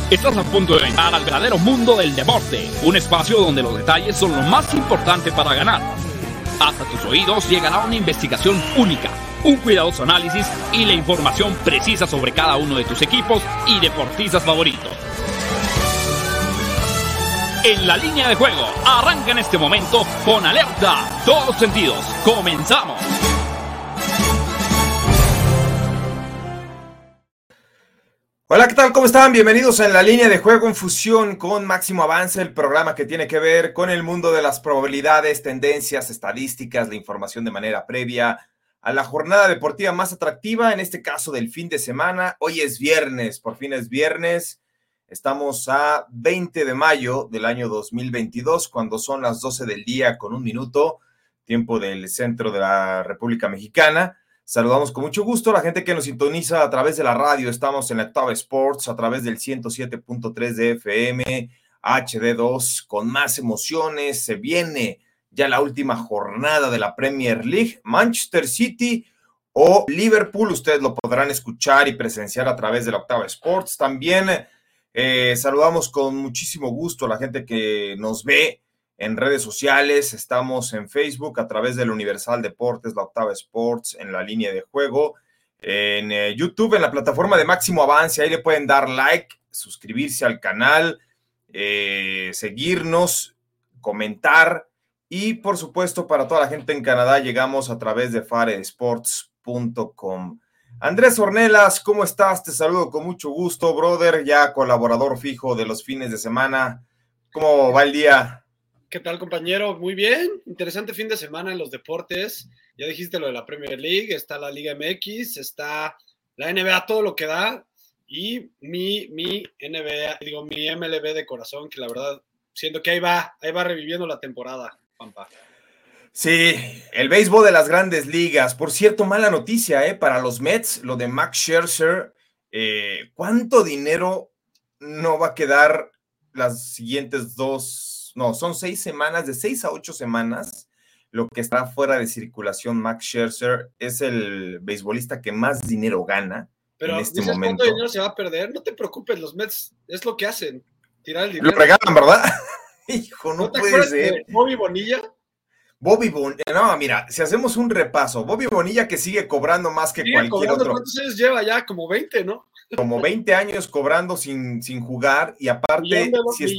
Estás a punto de entrar al verdadero mundo del deporte, un espacio donde los detalles son lo más importante para ganar. Hasta tus oídos llegará una investigación única, un cuidadoso análisis y la información precisa sobre cada uno de tus equipos y deportistas favoritos. En la línea de juego, arranca en este momento con alerta, todos los sentidos. ¡Comenzamos! Hola, ¿qué tal? ¿Cómo están? Bienvenidos a En la línea de juego en fusión con Máximo Avance, el programa que tiene que ver con el mundo de las probabilidades, tendencias, estadísticas, la información de manera previa a la jornada deportiva más atractiva, en este caso del fin de semana. Hoy es viernes, por fin es viernes. Estamos a 20 de mayo del año 2022, cuando son las 12 del día con un minuto, tiempo del centro de la República Mexicana. Saludamos con mucho gusto a la gente que nos sintoniza a través de la radio. Estamos en la Octava Sports a través del 107.3 de FM, HD2, con más emociones. Se viene ya la última jornada de la Premier League. Manchester City o Liverpool, ustedes lo podrán escuchar y presenciar a través de la Octava Sports. También saludamos con muchísimo gusto a la gente que nos ve en redes sociales. Estamos en Facebook a través del Universal Deportes, la Octava Sports, en la línea de juego, en YouTube, en la plataforma de Máximo Avance. Ahí le pueden dar like, suscribirse al canal, seguirnos, comentar, y por supuesto para toda la gente en Canadá llegamos a través de faresports.com. Andrés Ornelas, ¿cómo estás? Te saludo con mucho gusto, brother, ya colaborador fijo de los fines de semana. ¿Cómo va el día? ¿Qué tal, compañero? Muy bien, interesante fin de semana en los deportes. Ya dijiste lo de la Premier League, está la Liga MX, está la NBA, todo lo que da, y mi NBA, mi MLB de corazón, que la verdad siento que ahí va reviviendo la temporada, Pampa. Sí, el béisbol de las grandes ligas. Por cierto, mala noticia, para los Mets, lo de Max Scherzer. ¿Cuánto dinero no va a quedar las siguientes son 6 semanas, de 6 a 8 semanas, lo que está fuera de circulación? Max Scherzer es el beisbolista que más dinero gana. Pero en este momento. ¿Cuánto dinero se va a perder? No te preocupes, los Mets es lo que hacen, tirar el dinero. Lo regalan, ¿verdad? Hijo, no te puede ser. De Bobby Bonilla? Bobby Bonilla, no, mira, si hacemos un repaso, Bobby Bonilla, que sigue cobrando más que cualquier otro. ¿Cuántos años lleva ya? Como 20, ¿no? Como 20 años cobrando sin jugar, y aparte...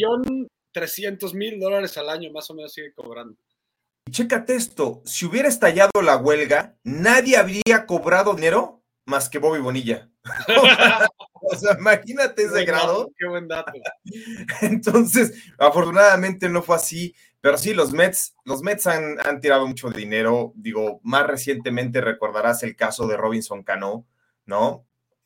$1.300.000 al año más o menos sigue cobrando. Y chécate esto, si hubiera estallado la huelga, nadie habría cobrado dinero más que Bobby Bonilla. O sea, imagínate ese grado. Qué buen dato. Entonces, afortunadamente no fue así, pero sí, los Mets han tirado mucho dinero. Digo, más recientemente recordarás el caso de Robinson Cano, ¿no?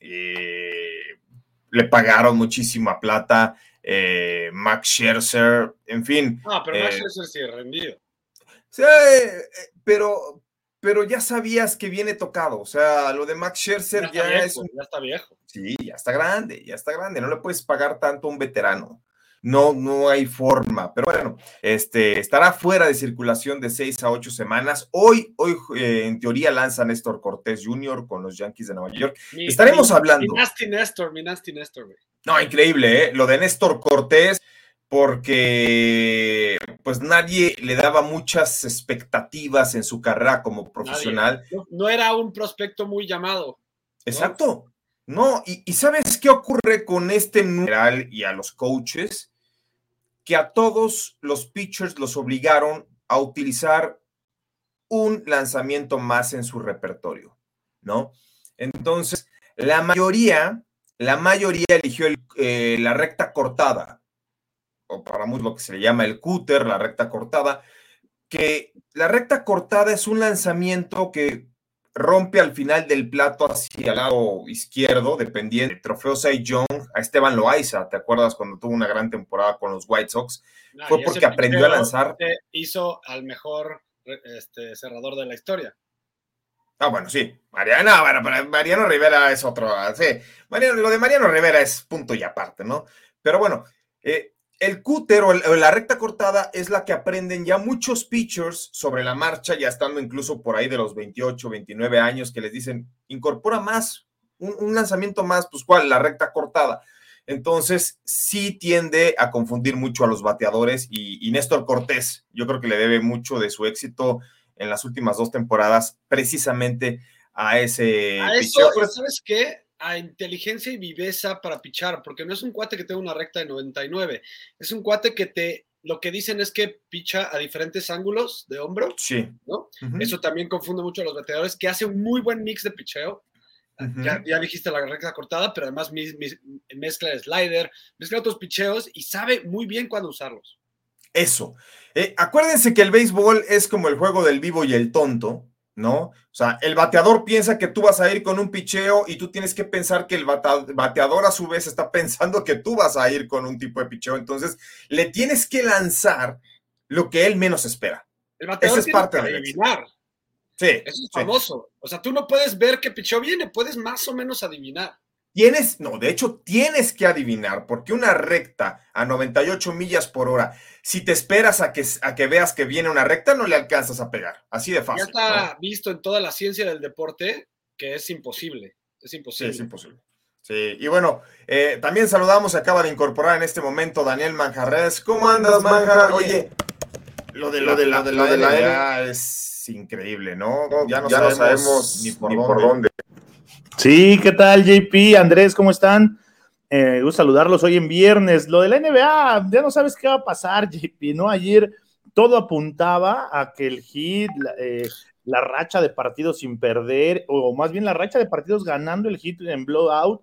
Le pagaron muchísima plata. Max Scherzer, en fin. Pero Max Scherzer sí rendido. Sí, pero ya sabías que viene tocado. O sea, lo de Max Scherzer ya está viejo. Sí, ya está grande. No le puedes pagar tanto a un veterano. No hay forma. Pero bueno, estará fuera de circulación de 6 a 8 semanas. Hoy en teoría lanza Néstor Cortés Jr. con los Yankees de Nueva York. Estaremos hablando. Mi Nasty Néstor, güey. No, increíble, lo de Néstor Cortés, porque pues nadie le daba muchas expectativas en su carrera como profesional. No era un prospecto muy llamado. Exacto. No, y ¿sabes qué ocurre con este numeral y a los coaches? Que a todos los pitchers los obligaron a utilizar un lanzamiento más en su repertorio, ¿no? Entonces, la mayoría eligió la recta cortada, o para muchos lo que se le llama el cúter, la recta cortada, que la recta cortada es un lanzamiento que rompe al final del plato hacia el lado izquierdo, dependiendo del trofeo Cy Young a Esteban Loaiza. ¿Te acuerdas cuando tuvo una gran temporada con los White Sox? Fue porque aprendió a lanzar. Hizo al mejor cerrador de la historia. Bueno, sí. Mariano Rivera es otro. Sí. Lo de Mariano Rivera es punto y aparte, ¿no? Pero bueno, el cúter o la recta cortada es la que aprenden ya muchos pitchers sobre la marcha, ya estando incluso por ahí de los 28, 29 años, que les dicen, incorpora más, un lanzamiento más, pues ¿cuál? La recta cortada. Entonces, sí tiende a confundir mucho a los bateadores y Néstor Cortés, yo creo que le debe mucho de su éxito en las últimas 2 temporadas precisamente a ese A eso, picheo. ¿sabes qué? A inteligencia y viveza para pichar, porque no es un cuate que tenga una recta de 99, es un cuate que lo que dicen es que picha a diferentes ángulos de hombro, Sí. ¿no? Eso también confunde mucho a los bateadores, que hace un muy buen mix de picheo. Ya dijiste la recta cortada, pero además mezcla el slider, mezcla otros picheos y sabe muy bien cuándo usarlos. Eso. Acuérdense que el béisbol es como el juego del vivo y el tonto, ¿no? O sea, el bateador piensa que tú vas a ir con un picheo y tú tienes que pensar que el bateador a su vez está pensando que tú vas a ir con un tipo de picheo. Entonces, le tienes que lanzar lo que él menos espera. El bateador Esa es parte tiene que adivinar. Sí. Eso es famoso. O sea, tú no puedes ver qué picheo viene, puedes más o menos adivinar. De hecho, tienes que adivinar, porque una recta a 98 millas por hora, si te esperas a que veas que viene una recta, no le alcanzas a pegar. Así de fácil. Ya está visto en toda la ciencia del deporte que es imposible. Es imposible. Sí, es imposible. Sí, y bueno, también saludamos, se acaba de incorporar en este momento Daniel Manjarres. ¿Cómo andas, Manja? Oye, lo de la NBA es increíble, ¿no? Ya no sabemos ni por dónde. Sí, ¿qué tal, JP? Andrés, ¿cómo están? Gusto saludarlos hoy en viernes. Lo de la NBA, ya no sabes qué va a pasar, JP, ¿no? Ayer todo apuntaba a que el Heat, la racha de partidos sin perder, o más bien la racha de partidos ganando el Heat en blowout,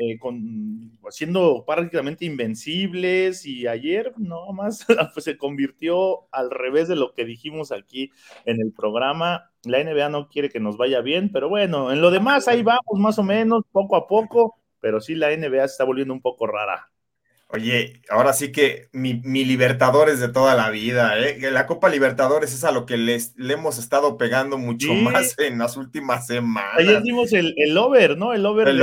siendo prácticamente invencibles, y ayer no más pues, se convirtió al revés de lo que dijimos aquí en el programa. La NBA no quiere que nos vaya bien, pero bueno, en lo demás ahí vamos más o menos, poco a poco, pero sí la NBA se está volviendo un poco rara. Oye, ahora sí que mi Libertadores de toda la vida, la Copa Libertadores es a lo que le hemos estado pegando mucho más en las últimas semanas. Ayer dimos el over, ¿no? El over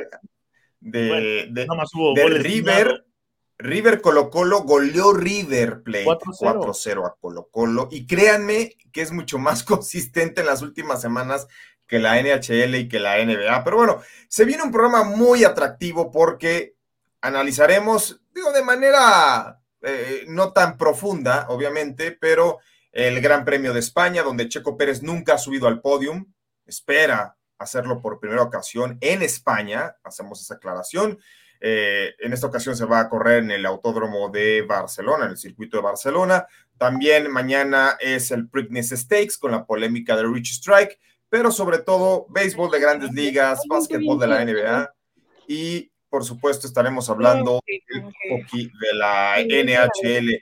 de goles River. River Colo-Colo goleó River Plate 4-0 a Colo-Colo, y créanme que es mucho más consistente en las últimas semanas que la NHL y que la NBA. Pero bueno, se viene un programa muy atractivo porque analizaremos, de manera no tan profunda, obviamente, pero el Gran Premio de España, donde Checo Pérez nunca ha subido al podium, espera hacerlo por primera ocasión en España, hacemos esa aclaración. En esta ocasión se va a correr en el Autódromo de Barcelona, en el circuito de Barcelona. También mañana es el Preakness Stakes con la polémica de Rich Strike, pero sobre todo béisbol de grandes ligas, básquetbol de la NBA y por supuesto estaremos hablando del hockey de la NHL.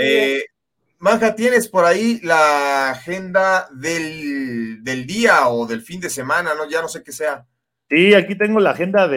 Manja, ¿tienes por ahí la agenda del día o del fin de semana? ¿No? Ya no sé qué sea. Sí, aquí tengo la agenda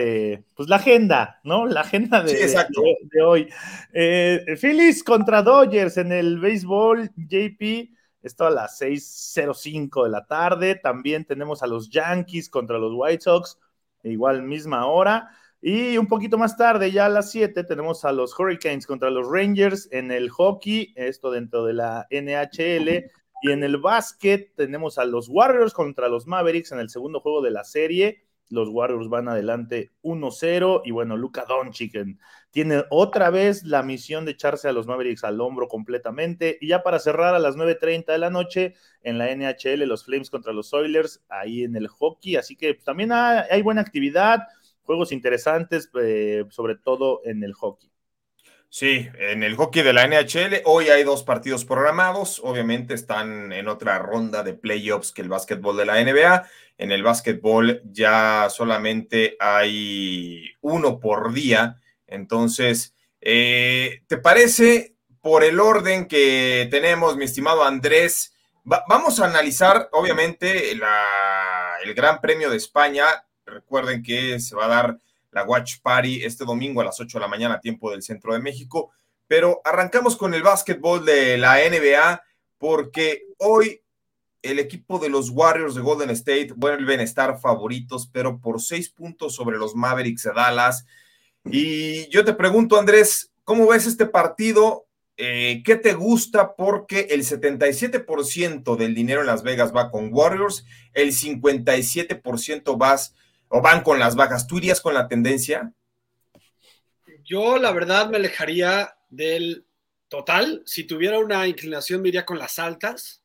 ¿no? La agenda sí, de hoy. Phillies contra Dodgers en el béisbol, JP, esto a las 6:05 de la tarde. También tenemos a los Yankees contra los White Sox, igual misma hora. Y un poquito más tarde, ya a las 7, tenemos a los Hurricanes contra los Rangers en el hockey, esto dentro de la NHL. Y en el básquet tenemos a los Warriors contra los Mavericks en el segundo juego de la serie. Los Warriors van adelante 1-0 y bueno, Luka Doncic tiene otra vez la misión de echarse a los Mavericks al hombro completamente. Y ya para cerrar a las 9:30 de la noche en la NHL, los Flames contra los Oilers ahí en el hockey. Así que pues, también hay buena actividad, juegos interesantes, sobre todo en el hockey. Sí, en el hockey de la NHL hoy hay 2 partidos programados, obviamente están en otra ronda de playoffs que el básquetbol de la NBA. En el básquetbol ya solamente hay 1 por día, entonces, ¿te parece por el orden que tenemos, mi estimado Andrés? Vamos a analizar, obviamente, el Gran Premio de España. Recuerden que se va a dar la Watch Party este domingo a las 8 de la mañana, tiempo del centro de México, pero arrancamos con el básquetbol de la NBA, porque hoy el equipo de los Warriors de Golden State vuelven a estar favoritos, pero por 6 puntos sobre los Mavericks de Dallas. Y yo te pregunto, Andrés, ¿cómo ves este partido? ¿Qué te gusta? Porque el 77% del dinero en Las Vegas va con Warriors, el 57% van con las bajas. ¿Tú irías con la tendencia? Yo, la verdad, me alejaría del total. Si tuviera una inclinación, me iría con las altas.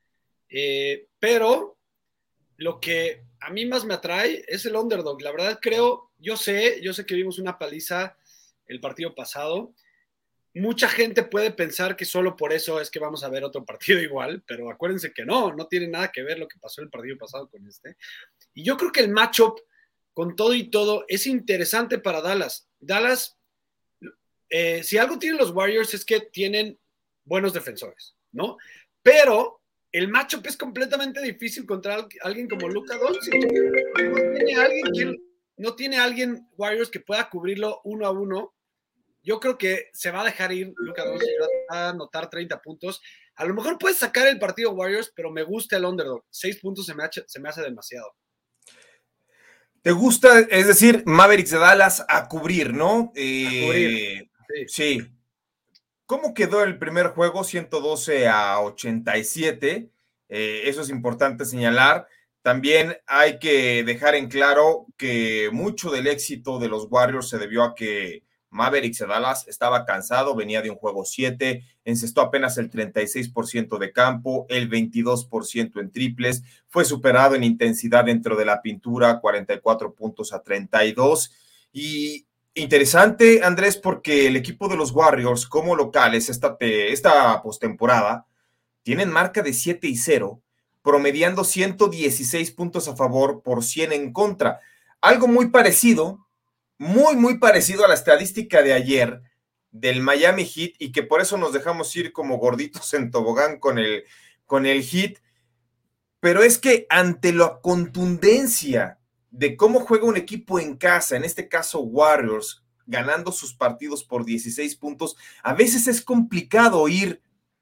Pero lo que a mí más me atrae es el underdog. La verdad, yo sé que vimos una paliza el partido pasado. Mucha gente puede pensar que solo por eso es que vamos a ver otro partido igual, pero acuérdense que no tiene nada que ver lo que pasó el partido pasado con este. Y yo creo que el matchup, con todo y todo, es interesante para Dallas. Dallas, si algo tienen los Warriors es que tienen buenos defensores, ¿no? Pero el matchup es completamente difícil contra alguien como Luka Doncic. No tiene alguien Warriors que pueda cubrirlo 1-1. Yo creo que se va a dejar ir Luka Doncic, va a anotar 30 puntos. A lo mejor puedes sacar el partido Warriors, pero me gusta el underdog. 6 puntos se me hace demasiado. ¿Te gusta, es decir, Mavericks de Dallas a cubrir, ¿no? A cubrir. Sí. ¿Cómo quedó el primer juego? 112-87. Eso es importante señalar. También hay que dejar en claro que mucho del éxito de los Warriors se debió a que Mavericks de Dallas estaba cansado, venía de un juego 7, encestó apenas el 36% de campo, el 22% en triples, fue superado en intensidad dentro de la pintura, 44 puntos a 32. Y interesante, Andrés, porque el equipo de los Warriors como locales esta postemporada tienen marca de 7-0, promediando 116 puntos a favor por 100 en contra. Algo muy parecido a la estadística de ayer del Miami Heat, y que por eso nos dejamos ir como gorditos en tobogán con el Heat. Pero es que ante la contundencia de cómo juega un equipo en casa, en este caso Warriors, ganando sus partidos por 16 puntos, a veces es complicado ir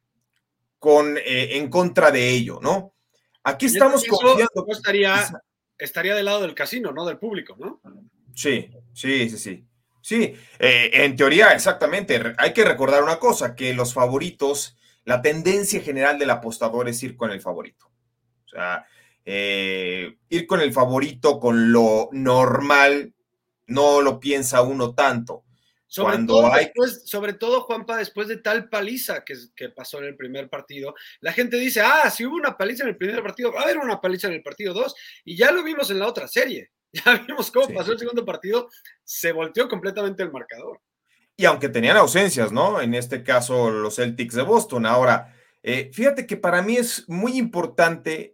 en contra de ello, ¿no? Aquí estamos confiando. Estaría del lado del casino, ¿no? Del público, ¿no? Sí. Sí, en teoría, exactamente. Hay que recordar una cosa, que los favoritos, la tendencia general del apostador es ir con el favorito. O sea, ir con el favorito, con lo normal, no lo piensa uno tanto. Sobre todo, Juanpa, después de tal paliza que pasó en el primer partido, la gente dice, si hubo una paliza en el primer partido, va a haber una paliza en el partido 2, y ya lo vimos en la otra serie. Ya vimos cómo pasó el segundo partido, se volteó completamente el marcador. Y aunque tenían ausencias, ¿no? En este caso, los Celtics de Boston. Ahora, fíjate que para mí es muy importante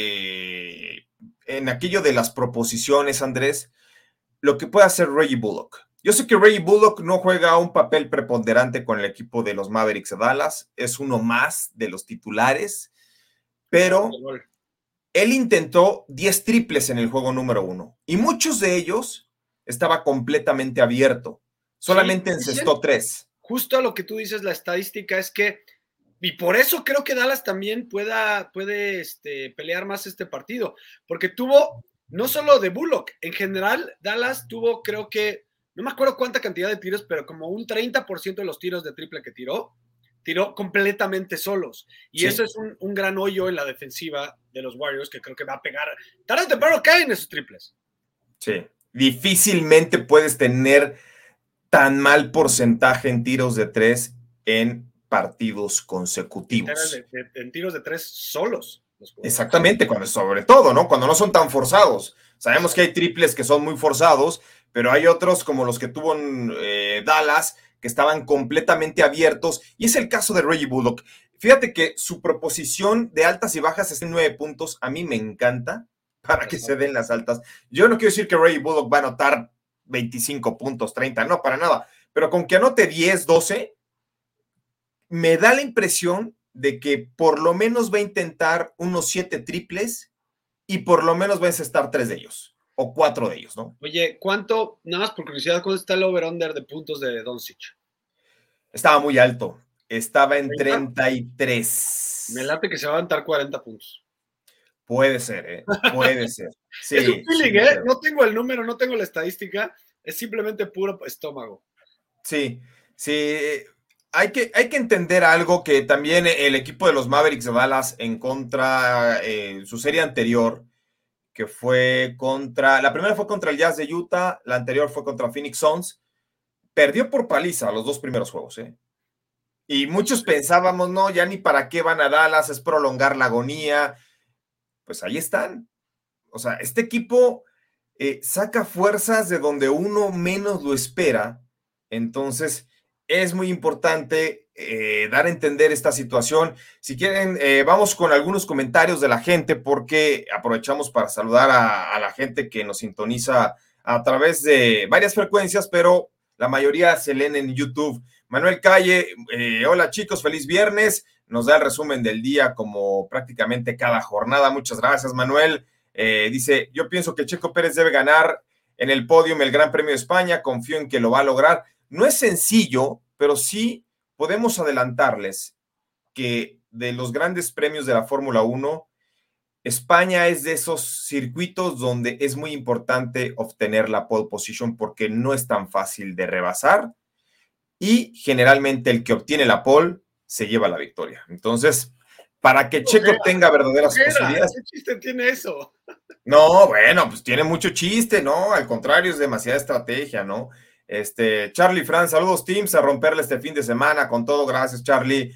en aquello de las proposiciones, Andrés, lo que puede hacer Reggie Bullock. Yo sé que Reggie Bullock no juega un papel preponderante con el equipo de los Mavericks de Dallas, es uno más de los titulares, pero él intentó 10 triples en el juego número 1 y muchos de ellos estaba completamente abierto. Solamente encestó 3. Justo a lo que tú dices, la estadística es que, y por eso creo que Dallas también puede pelear más este partido, porque tuvo, no solo de Bullock, en general Dallas tuvo, creo que, no me acuerdo cuánta cantidad de tiros, pero como un 30% de los tiros de triple que tiró completamente solos. Y eso es un gran hoyo en la defensiva de los Warriors, que creo que va a pegar. Tarde o temprano caen esos triples. Sí, difícilmente puedes tener tan mal porcentaje en tiros de 3 en partidos consecutivos. En tiros de 3 solos. Exactamente, sobre todo, ¿no? Cuando no son tan forzados. Sabemos que hay triples que son muy forzados, pero hay otros como los que tuvo Dallas, que estaban completamente abiertos, y es el caso de Reggie Bullock. Fíjate que su proposición de altas y bajas es en 9 puntos, a mí me encanta, para que se den las altas. Yo no quiero decir que Reggie Bullock va a anotar 25 puntos, 30, no, para nada, pero con que anote 10, 12, me da la impresión de que por lo menos va a intentar unos 7 triples y por lo menos va a encestar 3 de ellos. O 4 de ellos, ¿no? Oye, nada más por curiosidad, ¿cuánto está el over-under de puntos de Doncic? Estaba muy alto. Estaba en 33. Me late que se va a aventar 40 puntos. Puede ser, puede ser. Sí, es un feeling, no tengo el número, no tengo la estadística, es simplemente puro estómago. Sí. Hay que entender algo, que también el equipo de los Mavericks de Dallas en contra, su serie anterior, que fue la primera fue contra el Jazz de Utah, la anterior fue contra Phoenix Suns, perdió por paliza los 2 primeros juegos, ¿eh? Y muchos pensábamos, no, ya ni para qué van a Dallas, es prolongar la agonía. Pues ahí están. O sea, este equipo saca fuerzas de donde uno menos lo espera. Entonces, es muy importante dar a entender esta situación. Si quieren, vamos con algunos comentarios de la gente, porque aprovechamos para saludar a la gente que nos sintoniza a través de varias frecuencias, pero la mayoría se leen en YouTube. Manuel Calle, hola chicos, feliz viernes. Nos da el resumen del día como prácticamente cada jornada. Muchas gracias, Manuel. Dice, yo pienso que Checo Pérez debe ganar en el podium el Gran Premio de España. Confío en que lo va a lograr. No es sencillo, pero sí podemos adelantarles que de los grandes premios de la Fórmula 1, España es de esos circuitos donde es muy importante obtener la pole position porque no es tan fácil de rebasar y generalmente el que obtiene la pole se lleva la victoria. Entonces, para que Checo tenga verdaderas posibilidades. ¿Qué chiste tiene eso? No, bueno, pues tiene mucho chiste, ¿no? Al contrario, es demasiada estrategia, ¿no? Charlie Franz, saludos teams, a romperle este fin de semana con todo, gracias Charlie.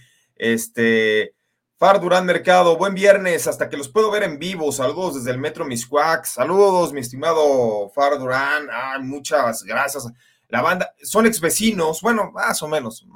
Far Durán Mercado, buen viernes, hasta que los puedo ver en vivo, saludos desde el Metro Miscuac, saludos mi estimado Far Durán, muchas gracias. La banda, son ex vecinos, bueno, más o menos,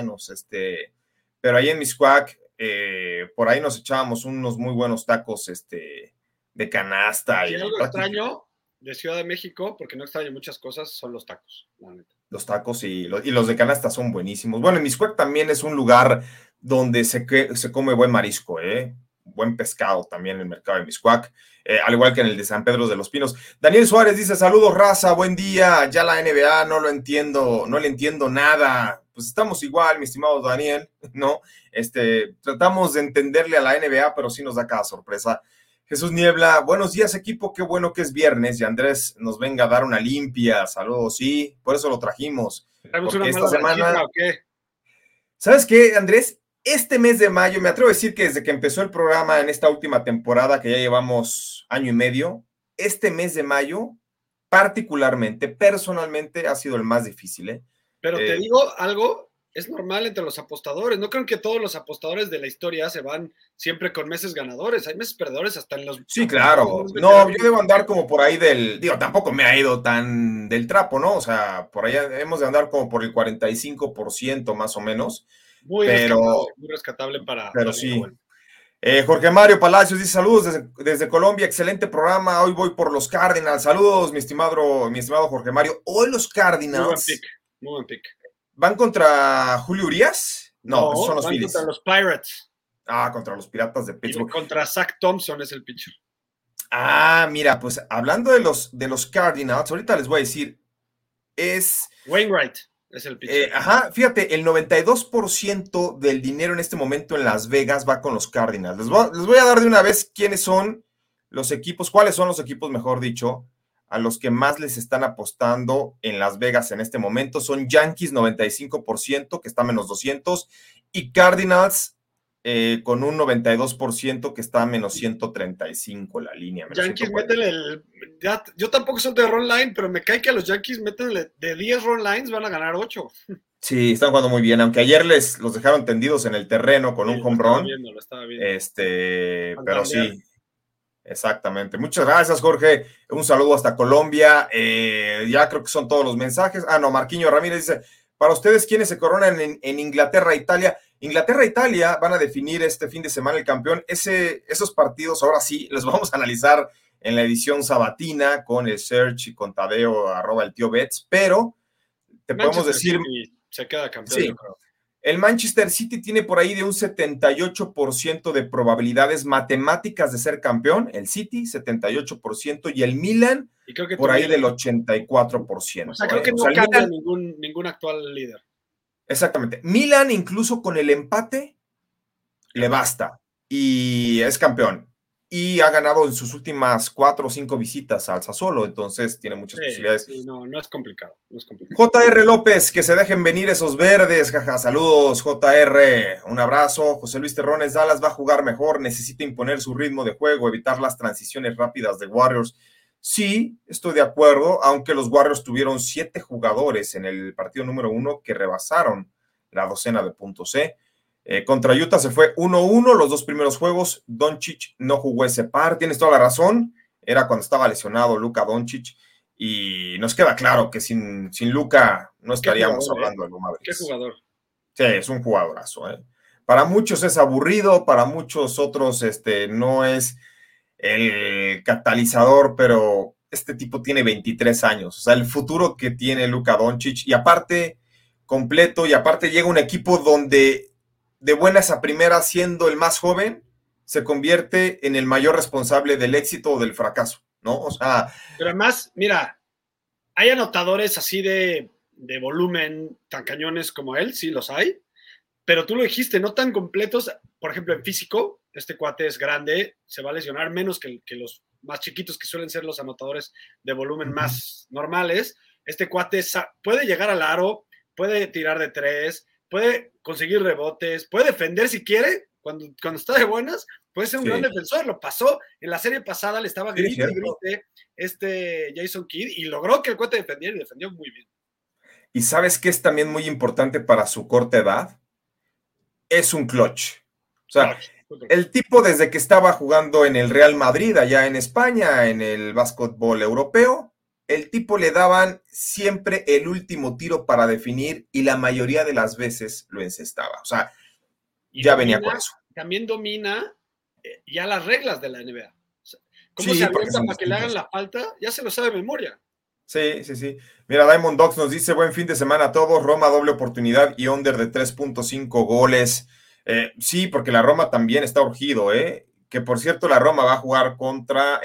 pero ahí en Miscuac, por ahí nos echábamos unos muy buenos tacos, de canasta. Y algo extraño de Ciudad de México, porque no extraño muchas cosas, son los tacos, la neta. Los tacos y los de canasta son buenísimos. Bueno, en Miscuac también es un lugar donde se come buen marisco, buen pescado también en el mercado de Miscuac, al igual que en el de San Pedro de los Pinos. Daniel Suárez dice, saludos raza, buen día, ya la NBA no le entiendo nada. Pues estamos igual, mi estimado Daniel, ¿no? Tratamos de entenderle a la NBA, pero sí nos da cada sorpresa. Jesús Niebla, buenos días equipo, qué bueno que es viernes y Andrés nos venga a dar una limpia, saludos, sí, por eso lo trajimos. ¿Traemos una esta semana o qué? ¿Sabes qué, Andrés? Este mes de mayo, me atrevo a decir que desde que empezó el programa en esta última temporada, que ya llevamos año y medio, este mes de mayo, particularmente, personalmente, ha sido el más difícil, Pero te digo algo, es normal entre los apostadores. No creo que todos los apostadores de la historia se van siempre con meses ganadores. Hay meses perdedores hasta en los... Sí, claro. No, yo debo andar como por ahí tampoco me ha ido tan del trapo, ¿no? O sea, por ahí hemos de andar como por el 45% más o menos. Muy rescatable para... Pero sí. Jorge Mario Palacios dice, saludos desde Colombia, excelente programa. Hoy voy por los Cardinals. Saludos, mi estimado Jorge Mario. Hoy los Cardinals... Muy buen pick. ¿Van contra Julio Urias? No, son los Phillies. Contra los Pirates. Contra los Piratas de Pittsburgh. Y contra Zach Thompson es el pitcher. Mira, pues hablando de los Cardinals, ahorita les voy a decir, es... Wainwright es el pitcher. Fíjate, el 92% del dinero en este momento en Las Vegas va con los Cardinals. Les voy a dar de una vez quiénes son los equipos, cuáles son los equipos, mejor dicho, a los que más les están apostando en Las Vegas en este momento. Son Yankees 95%, que está menos 200, y Cardinals con un 92% que está menos 135 la línea. Yankees, métele yo tampoco soy de run line, pero me cae que a los Yankees métele de 10 run lines van a ganar 8. Sí, están jugando muy bien, aunque ayer los dejaron tendidos en el terreno con un home run. Lo estaba viendo. Pero sí. Exactamente. Muchas gracias, Jorge. Un saludo hasta Colombia. Ya creo que son todos los mensajes. Marquiño Ramírez dice, para ustedes, ¿quiénes se coronan en Inglaterra e Italia? Inglaterra e Italia van a definir este fin de semana el campeón. Esos partidos, ahora sí, los vamos a analizar en la edición sabatina con el Serge y con Tadeo, @ el tío Betts, pero te podemos decir... Se queda campeón, sí. yo creo. El Manchester City tiene por ahí de un 78% de probabilidades matemáticas de ser campeón, el City 78% y el Milan por ahí del 84%. O sea, creo que no cambia ningún actual líder. Exactamente. Milan incluso con el empate le basta y es campeón. Y ha ganado en sus últimas 4 o 5 visitas al Sassuolo, entonces tiene muchas posibilidades. Sí, no es complicado. JR López, que se dejen venir esos verdes, jaja, saludos, JR, un abrazo. José Luis Terrones, Dallas va a jugar mejor, necesita imponer su ritmo de juego, evitar las transiciones rápidas de Warriors. Sí, estoy de acuerdo, aunque los Warriors tuvieron 7 jugadores en el partido número 1 que rebasaron la docena de puntos. Contra Utah se fue 1-1 los 2 primeros juegos. Doncic no jugó ese par, tienes toda la razón. Era cuando estaba lesionado Luka Doncic. Y nos queda claro que sin Luka no estaríamos hablando de los Mavericks. ¿Qué jugador? Sí, es un jugadorazo. Para muchos es aburrido, para muchos otros no es el catalizador, pero este tipo tiene 23 años. O sea, el futuro que tiene Luka Doncic, y aparte completo, y aparte llega un equipo donde de buenas a primeras, siendo el más joven, se convierte en el mayor responsable del éxito o del fracaso, ¿no? O sea... Pero además, mira, hay anotadores así de volumen tan cañones como él, sí los hay, pero tú lo dijiste, no tan completos. Por ejemplo, en físico, este cuate es grande, se va a lesionar menos que los más chiquitos, que suelen ser los anotadores de volumen más normales. Este cuate puede llegar al aro, puede tirar de 3, puede conseguir rebotes, puede defender si quiere, cuando está de buenas, puede ser un gran defensor. Lo pasó en la serie pasada, le estaba grite Jason Kidd, y logró que el cuate defendiera, y defendió muy bien. ¿Y sabes qué es también muy importante para su corta edad? Es un clutch. O sea, el tipo desde que estaba jugando en el Real Madrid, allá en España, en el básquetbol europeo, el tipo le daban siempre el último tiro para definir, y la mayoría de las veces lo encestaba. O sea, ya venía con eso. También domina ya las reglas de la NBA. O sea, ¿cómo se avienta para que le hagan la falta? Ya se lo sabe de memoria. Sí. Mira, Diamond Dogs nos dice: buen fin de semana a todos. Roma, doble oportunidad y under de 3.5 goles. Sí, porque la Roma también está urgido, que por cierto la Roma va a jugar contra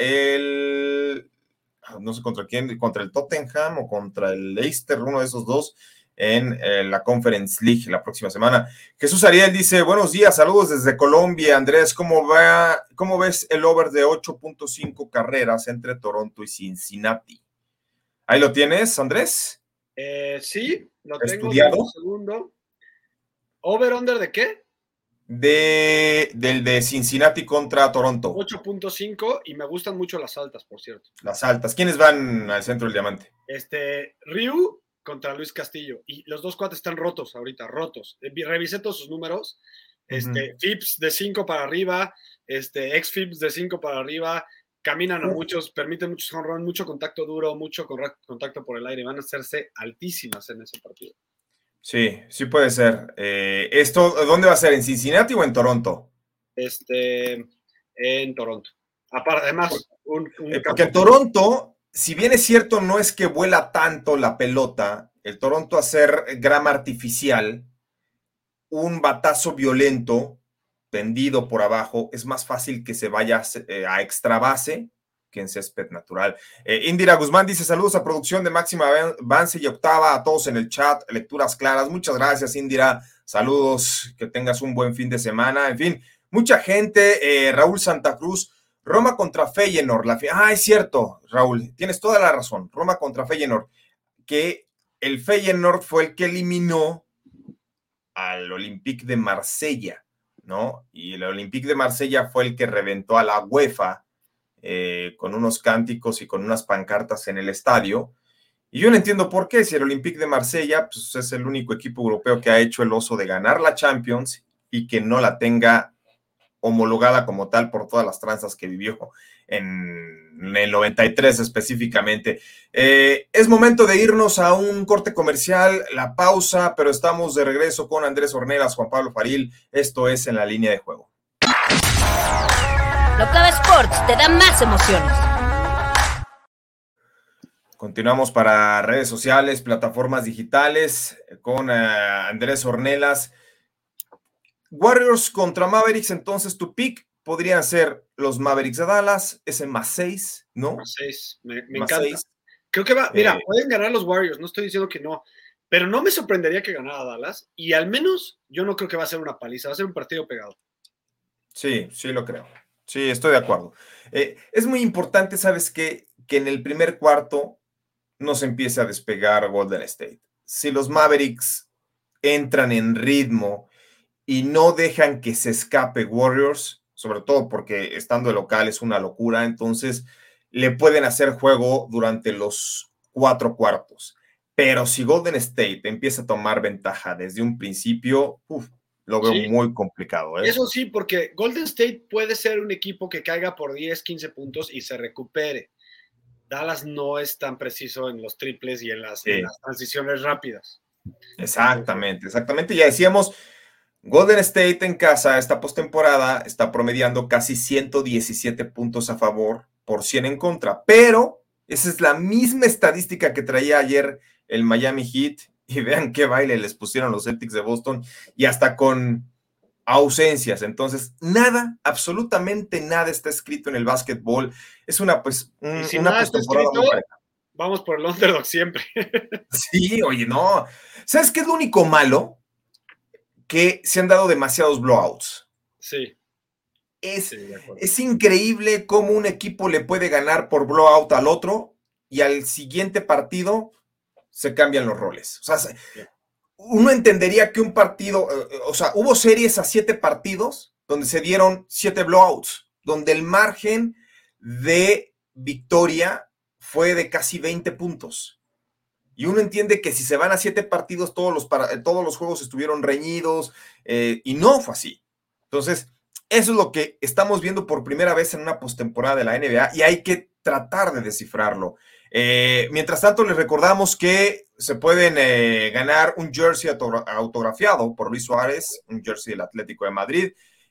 no sé contra quién, contra el Tottenham o contra el Leicester, uno de esos dos, en la Conference League la próxima semana. Jesús Ariel dice: buenos días, saludos desde Colombia. Andrés, ¿cómo ves el over de 8.5 carreras entre Toronto y Cincinnati? ¿Ahí lo tienes, Andrés? Sí, lo tengo. ¿Estudiado? Un segundo. ¿Over-under de qué? Del de Cincinnati contra Toronto. 8.5, y me gustan mucho las altas, por cierto. Las altas. ¿Quiénes van al centro del diamante? Ryu contra Luis Castillo, y los dos cuates están rotos ahorita, rotos. Revisé todos sus números. Fips de 5 para arriba, ex-Fips de 5 para arriba, caminan a muchos, permiten muchos home run, mucho contacto duro, mucho contacto por el aire. Van a hacerse altísimas en ese partido. Sí puede ser. ¿Esto dónde va a ser? ¿En Cincinnati o en Toronto? En Toronto. Además, porque en Toronto, si bien es cierto, no es que vuela tanto la pelota, el Toronto, hacer grama artificial, un batazo violento tendido por abajo, es más fácil que se vaya a extra base que en césped natural. Indira Guzmán dice: saludos a producción de Máxima Avance y Octava, a todos en el chat, lecturas claras. Muchas gracias, Indira, saludos, que tengas un buen fin de semana. En fin, mucha gente. Raúl Santa Cruz: Roma contra Feyenoord. Es cierto, Raúl, tienes toda la razón. Roma contra Feyenoord, que el Feyenoord fue el que eliminó al Olympique de Marsella, ¿no? Y el Olympique de Marsella fue el que reventó a la UEFA con unos cánticos y con unas pancartas en el estadio. Y yo no entiendo por qué, si el Olympique de Marsella pues, es el único equipo europeo que ha hecho el oso de ganar la Champions y que no la tenga homologada como tal por todas las tranzas que vivió en el 93 específicamente. Es momento de irnos a un corte comercial, la pausa, pero estamos de regreso con Andrés Ornelas, Juan Pablo Faril. Esto es En la Línea de Juego. Octava Sports te da más emociones. Continuamos para redes sociales, plataformas digitales, con Andrés Ornelas. Warriors contra Mavericks, entonces tu pick podrían ser los Mavericks de Dallas, ese +6, ¿no? +6, me encanta. 6. Creo que pueden ganar los Warriors, no estoy diciendo que no, pero no me sorprendería que ganara Dallas, y al menos yo no creo que va a ser una paliza, va a ser un partido pegado. Sí lo creo. Sí, estoy de acuerdo. Es muy importante, ¿sabes qué? Que en el primer cuarto no se empiece a despegar Golden State. Si los Mavericks entran en ritmo y no dejan que se escape Warriors, sobre todo porque estando de local es una locura, entonces le pueden hacer juego durante los 4 cuartos. Pero si Golden State empieza a tomar ventaja desde un principio, lo veo muy complicado. Eso sí, porque Golden State puede ser un equipo que caiga por 10, 15 puntos y se recupere. Dallas no es tan preciso en los triples y en las transiciones rápidas. Exactamente. Ya decíamos, Golden State en casa esta postemporada está promediando casi 117 puntos a favor por 100 en contra, pero esa es la misma estadística que traía ayer el Miami Heat, y vean qué baile les pusieron los Celtics de Boston, y hasta con ausencias. Entonces, nada, absolutamente nada está escrito en el básquetbol. Es una postemporada muy pareja. Vamos por el underdog siempre. Sí, oye, no. ¿Sabes qué es lo único malo? Que se han dado demasiados blowouts. Sí. Es increíble cómo un equipo le puede ganar por blowout al otro y al siguiente partido se cambian los roles. O sea, uno entendería que un partido, hubo series a 7 partidos donde se dieron 7 blowouts, donde el margen de victoria fue de casi 20 puntos. Y uno entiende que si se van a 7 partidos, todos los juegos estuvieron reñidos, y no fue así. Entonces, eso es lo que estamos viendo por primera vez en una postemporada de la NBA y hay que tratar de descifrarlo. Mientras tanto, les recordamos que se pueden ganar un jersey autografiado por Luis Suárez, un jersey del Atlético de Madrid.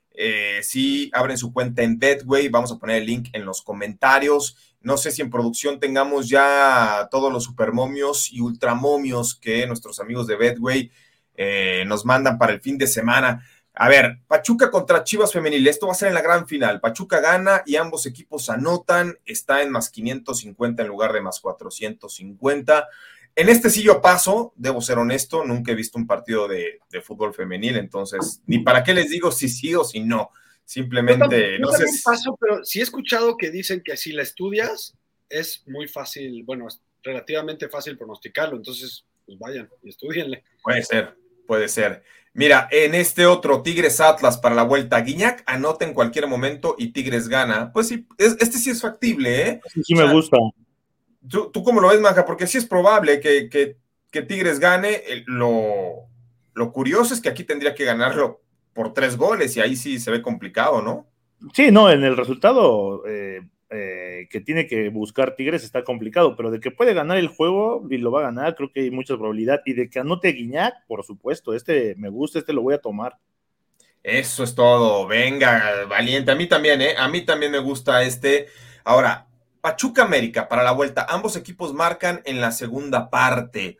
Si abren su cuenta en Betway, vamos a poner el link en los comentarios. No sé si en producción tengamos ya todos los supermomios y ultramomios que nuestros amigos de Betway nos mandan para el fin de semana. A ver, Pachuca contra Chivas Femenil, esto va a ser en la gran final. Pachuca gana y ambos equipos anotan, está en más 550 en lugar de más 450. En este sí yo paso, debo ser honesto, nunca he visto un partido de fútbol femenil, entonces, ni para qué les digo si sí o si no. Simplemente, yo también paso, pero sí he escuchado que dicen que si la estudias es muy fácil, bueno, es relativamente fácil pronosticarlo, entonces, pues vayan y estudienle. Puede ser. Mira, en este otro Tigres Atlas para la vuelta, Guiñac anota en cualquier momento y Tigres gana. Pues sí, este sí es factible, ¿eh? Sí, me gusta. ¿Tú cómo lo ves, Manja? Porque sí es probable que Tigres gane. Lo curioso es que aquí tendría que ganarlo por 3 goles y ahí sí se ve complicado, ¿no? Sí, no, en el resultado que tiene que buscar Tigres está complicado, pero de que puede ganar el juego y lo va a ganar, creo que hay mucha probabilidad. Y de que anote Guiñac, por supuesto, me gusta, lo voy a tomar. Eso es todo. Venga, valiente. A mí también, ¿eh? A mí también me gusta este. Ahora, Pachuca América para la vuelta. Ambos equipos marcan en la segunda parte.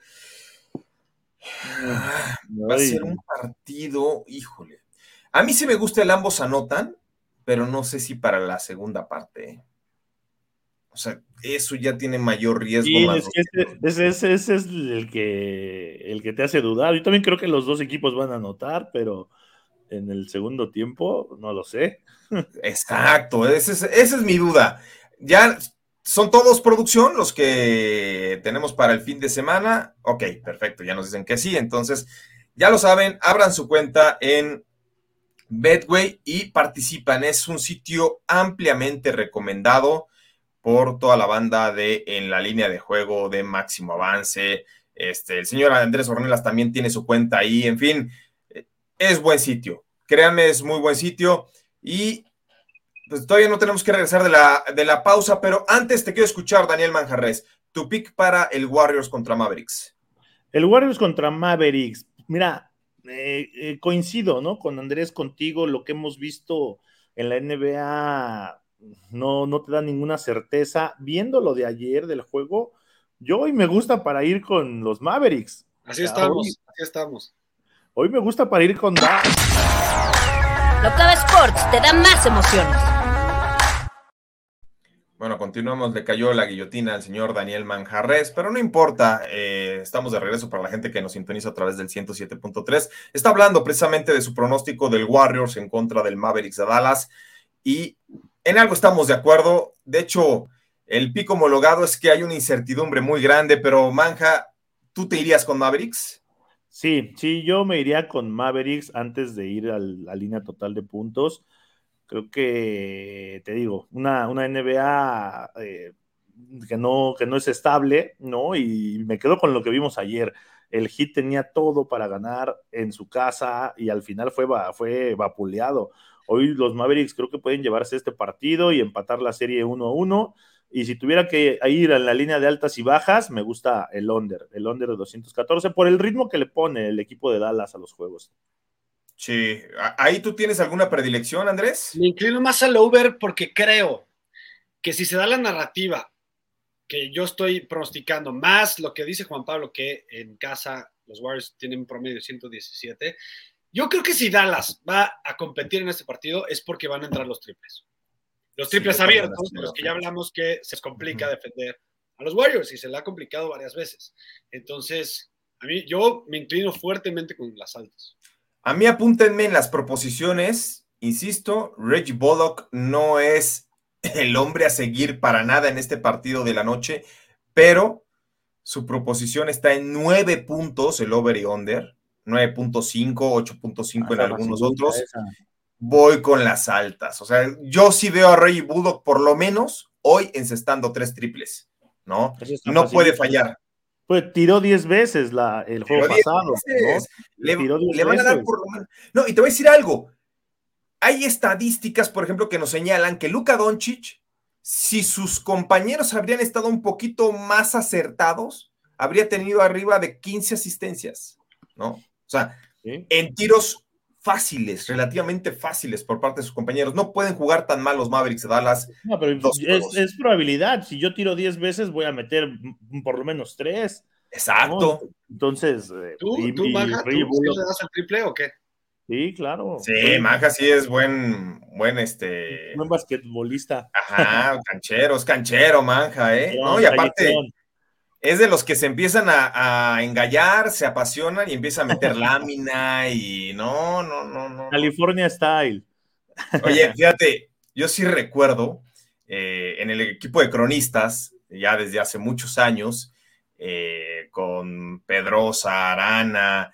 Va a ser un partido, híjole. A mí sí me gusta el ambos anotan, pero no sé si para la segunda parte. O sea, eso ya tiene mayor riesgo. Sí, ese es el que te hace dudar. Yo también creo que los dos equipos van a anotar, pero en el segundo tiempo no lo sé. Exacto, esa es mi duda. Ya son todos producción los que tenemos para el fin de semana. Ok, perfecto, ya nos dicen que sí. Entonces, ya lo saben, abran su cuenta en Betway y participan. Es un sitio ampliamente recomendado por toda la banda de En la Línea de Juego de Máximo Avance. El señor Andrés Ornelas también tiene su cuenta ahí. En fin, es buen sitio. Créanme, es muy buen sitio. Y pues todavía no tenemos que regresar de la pausa, pero antes te quiero escuchar, Daniel Manjarres, tu pick para el Warriors contra Mavericks. El Warriors contra Mavericks. Mira, coincido, ¿no? Con Andrés, contigo, lo que hemos visto en la NBA no te da ninguna certeza. Viendo lo de ayer del juego, yo hoy me gusta para ir con los Mavericks. Así estamos. Hoy me gusta para ir con Dallas. Locava Sports te da más emociones. Bueno, continuamos, le cayó la guillotina al señor Daniel Manjarres, pero no importa, estamos de regreso para la gente que nos sintoniza a través del 107.3. Está hablando precisamente de su pronóstico del Warriors en contra del Mavericks de Dallas, y en algo estamos de acuerdo. De hecho, el pico homologado es que hay una incertidumbre muy grande, pero Manja, ¿tú te irías con Mavericks? Sí, yo me iría con Mavericks antes de ir a la línea total de puntos. Creo que, te digo, una NBA que no es estable, ¿no? Y me quedo con lo que vimos ayer. El Heat tenía todo para ganar en su casa y al final fue vapuleado. Hoy los Mavericks creo que pueden llevarse este partido y empatar la serie 1-1. Y si tuviera que ir a la línea de altas y bajas, me gusta el under de 214 por el ritmo que le pone el equipo de Dallas a los juegos. Sí, ¿ahí tú tienes alguna predilección, Andrés? Me inclino más al over porque creo que si se da la narrativa que yo estoy pronosticando, más lo que dice Juan Pablo, que en casa los Warriors tienen un promedio de 117, yo creo que si Dallas va a competir en este partido es porque van a entrar los triples. Los triples abiertos, de los que ya hablamos que se complica defender a los Warriors y se le ha complicado varias veces. Entonces, yo me inclino fuertemente con las altas. A mí apúntenme en las proposiciones, insisto, Reggie Bullock no es el hombre a seguir para nada en este partido de la noche, pero su proposición está en 9 puntos, el over y under, 9.5, 8.5 en algunos otros. Voy con las altas, o sea, yo sí veo a Reggie Bullock por lo menos hoy encestando 3 triples, ¿no? No puede fallar. Pues tiró 10 veces el juego pasado, ¿no? Le van a dar por lo menos. No, y te voy a decir algo. Hay estadísticas, por ejemplo, que nos señalan que Luka Doncic, si sus compañeros habrían estado un poquito más acertados, habría tenido arriba de 15 asistencias, ¿no? O sea, ¿sí? En tiros fáciles, relativamente fáciles por parte de sus compañeros. No pueden jugar tan mal los Mavericks de Dallas. No, pero es probabilidad. Si yo tiro 10 veces, voy a meter por lo menos 3. Exacto. ¿No? Entonces, ¿Tú Manja, ¿tú le das al triple o qué? Sí, claro. Sí, Manja sí es buen buen basquetbolista. Ajá, canchero, Manja, ¿eh? No, y aparte es de los que se empiezan a engallar, se apasionan y empiezan a meter lámina y no. California Style. Oye, fíjate, yo sí recuerdo en el equipo de cronistas, ya desde hace muchos años, con Pedrosa, Arana,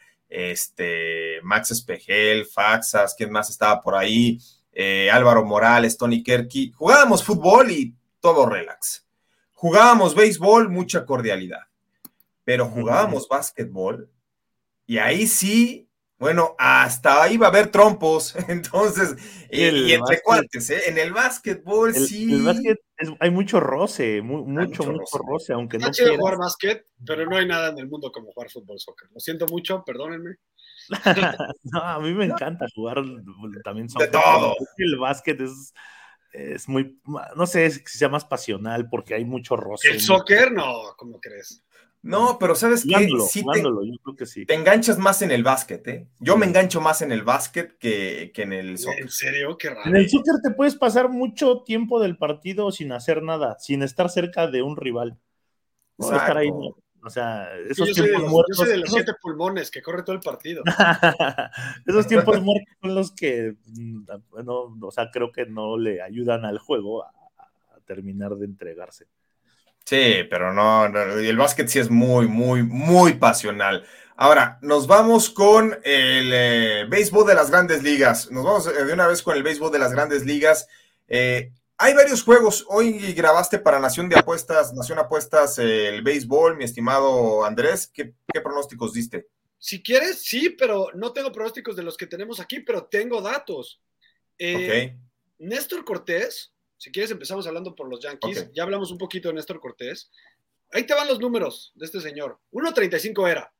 Max Espejel, Faxas, ¿quién más estaba por ahí? Álvaro Morales, Tony Kerky. Jugábamos fútbol y todo relax. Jugábamos béisbol, mucha cordialidad. Pero jugábamos básquetbol y ahí sí, bueno, hasta ahí va a haber trompos. Entonces, y entre cuates, en el básquetbol sí. El básquet hay mucho roce, mucho roce, aunque no quiero jugar básquet, pero no hay nada en el mundo como jugar fútbol, soccer. Lo siento mucho, perdónenme. No, a mí me encanta jugar también soccer. De todo. El básquet es muy, no sé si sea más pasional porque hay mucho roce. ¿El soccer? No, ¿cómo crees? No, pero ¿sabes qué? Sí yo creo que sí. Te enganchas más en el básquet, ¿eh? Yo me engancho más en el básquet que en el soccer. ¿En serio? Qué raro. En el soccer te puedes pasar mucho tiempo del partido sin hacer nada, sin estar cerca de un rival. No estar ahí, ¿no? O sea, esos tiempos muertos. Yo soy de los 7 pulmones que corre todo el partido. Esos tiempos muertos son los que, no, o sea, creo que no le ayudan al juego a terminar de entregarse. Sí, pero no, el básquet sí es muy, muy, muy pasional. Ahora, nos vamos con el béisbol de las grandes ligas. Nos vamos de una vez con el béisbol de las grandes ligas. Hay varios juegos. Hoy grabaste para Nación Apuestas, el béisbol, mi estimado Andrés. ¿Qué pronósticos diste? Si quieres, sí, pero no tengo pronósticos de los que tenemos aquí, pero tengo datos. Ok. Néstor Cortés, si quieres empezamos hablando por los Yankees. Okay. Ya hablamos un poquito de Néstor Cortés. Ahí te van los números de este señor. 1.35 era.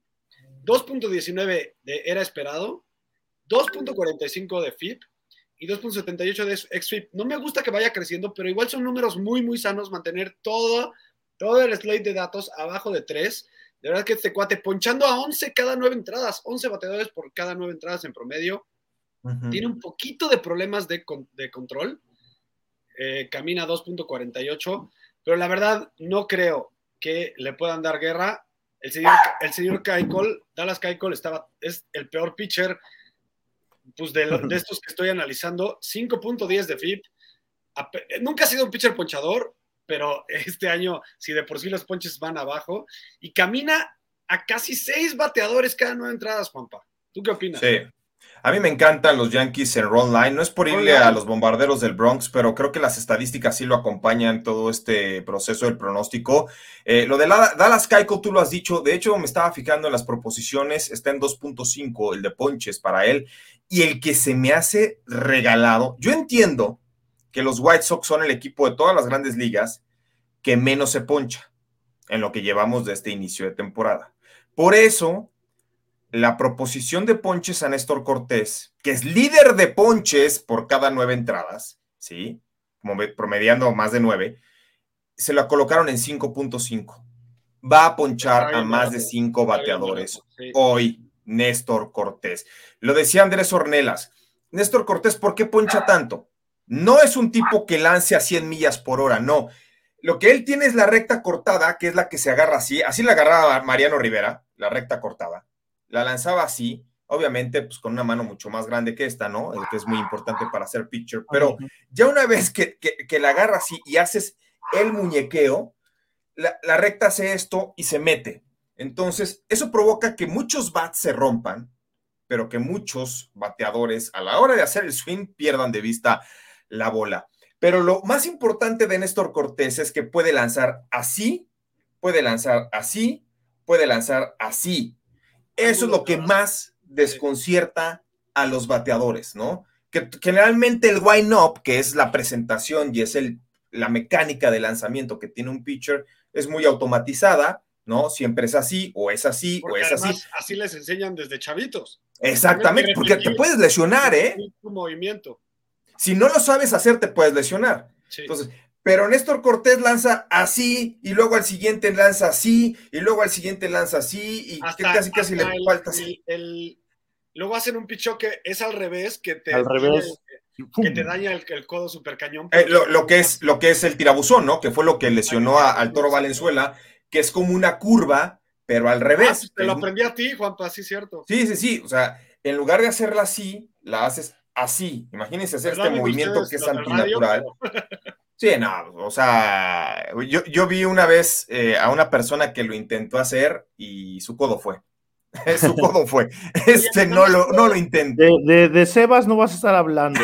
2.19 de era esperado. 2.45 de FIP. Y 2.78 de ex-FIP. No me gusta que vaya creciendo, pero igual son números muy, muy sanos. Mantener todo el slate de datos abajo de 3. De verdad que este cuate ponchando a 11 cada 9 entradas. 11 bateadores por cada 9 entradas en promedio. Uh-huh. Tiene un poquito de problemas de control. Camina 2.48, pero la verdad no creo que le puedan dar guerra. El señor Keuchel, Dallas Keuchel es el peor pitcher pues de estos que estoy analizando. 5.10 de FIP. Nunca ha sido un pitcher ponchador, pero este año, si de por sí los ponches van abajo, y camina a casi 6 bateadores cada 9 entradas, Juanpa. ¿Tú qué opinas? Sí. A mí me encantan los Yankees en run line. No es por irle a los bombarderos del Bronx, pero creo que las estadísticas sí lo acompañan todo este proceso del pronóstico. Lo de Dallas Keuchel, tú lo has dicho. De hecho, me estaba fijando en las proposiciones. Está en 2.5 el de ponches para él. Y el que se me hace regalado. Yo entiendo que los White Sox son el equipo de todas las grandes ligas que menos se poncha en lo que llevamos de este inicio de temporada. Por eso, la proposición de ponches a Néstor Cortés, que es líder de ponches por cada 9 entradas, ¿sí? Como promediando más de 9, se la colocaron en 5.5. Va a ponchar a más de 5 bateadores hoy Néstor Cortés. Lo decía Andrés Ornelas. Néstor Cortés, ¿por qué poncha tanto? No es un tipo que lance a 100 millas por hora, no. Lo que él tiene es la recta cortada, que es la que se agarra así la agarraba Mariano Rivera, la recta cortada. La lanzaba así, obviamente, pues con una mano mucho más grande que esta, ¿no? El que es muy importante para hacer pitcher. Pero ya una vez que la agarra así y haces el muñequeo, la recta hace esto y se mete. Entonces, eso provoca que muchos bats se rompan, pero que muchos bateadores, a la hora de hacer el swing, pierdan de vista la bola. Pero lo más importante de Néstor Cortés es que puede lanzar así, puede lanzar así, puede lanzar así. Eso es lo que más desconcierta a los bateadores, ¿no? Que generalmente el wind-up, que es la presentación y es la mecánica de lanzamiento que tiene un pitcher, es muy automatizada, ¿no? Siempre es así, o es así, porque o es así. Así les enseñan desde chavitos. Exactamente, porque te puedes lesionar, ¿eh? Tu movimiento. Si no lo sabes hacer, te puedes lesionar. Sí. Entonces, pero Néstor Cortés lanza así, y luego al siguiente lanza así, y luego al siguiente lanza así, y casi le falta así. Luego hacen un pichó que es al revés, que te daña el codo super cañón. Lo que es el tirabuzón, ¿no? Que fue lo que lesionó al Toro Valenzuela, que es como una curva, pero al revés. Pues te lo aprendí a ti, Juanpa, sí, cierto. Sí. O sea, en lugar de hacerla así, la haces así. Imagínense hacer este movimiento que es antinatural. Sí, no, o sea, yo vi una vez a una persona que lo intentó hacer y su codo fue. Su codo fue. No lo intento. De Sebas no vas a estar hablando.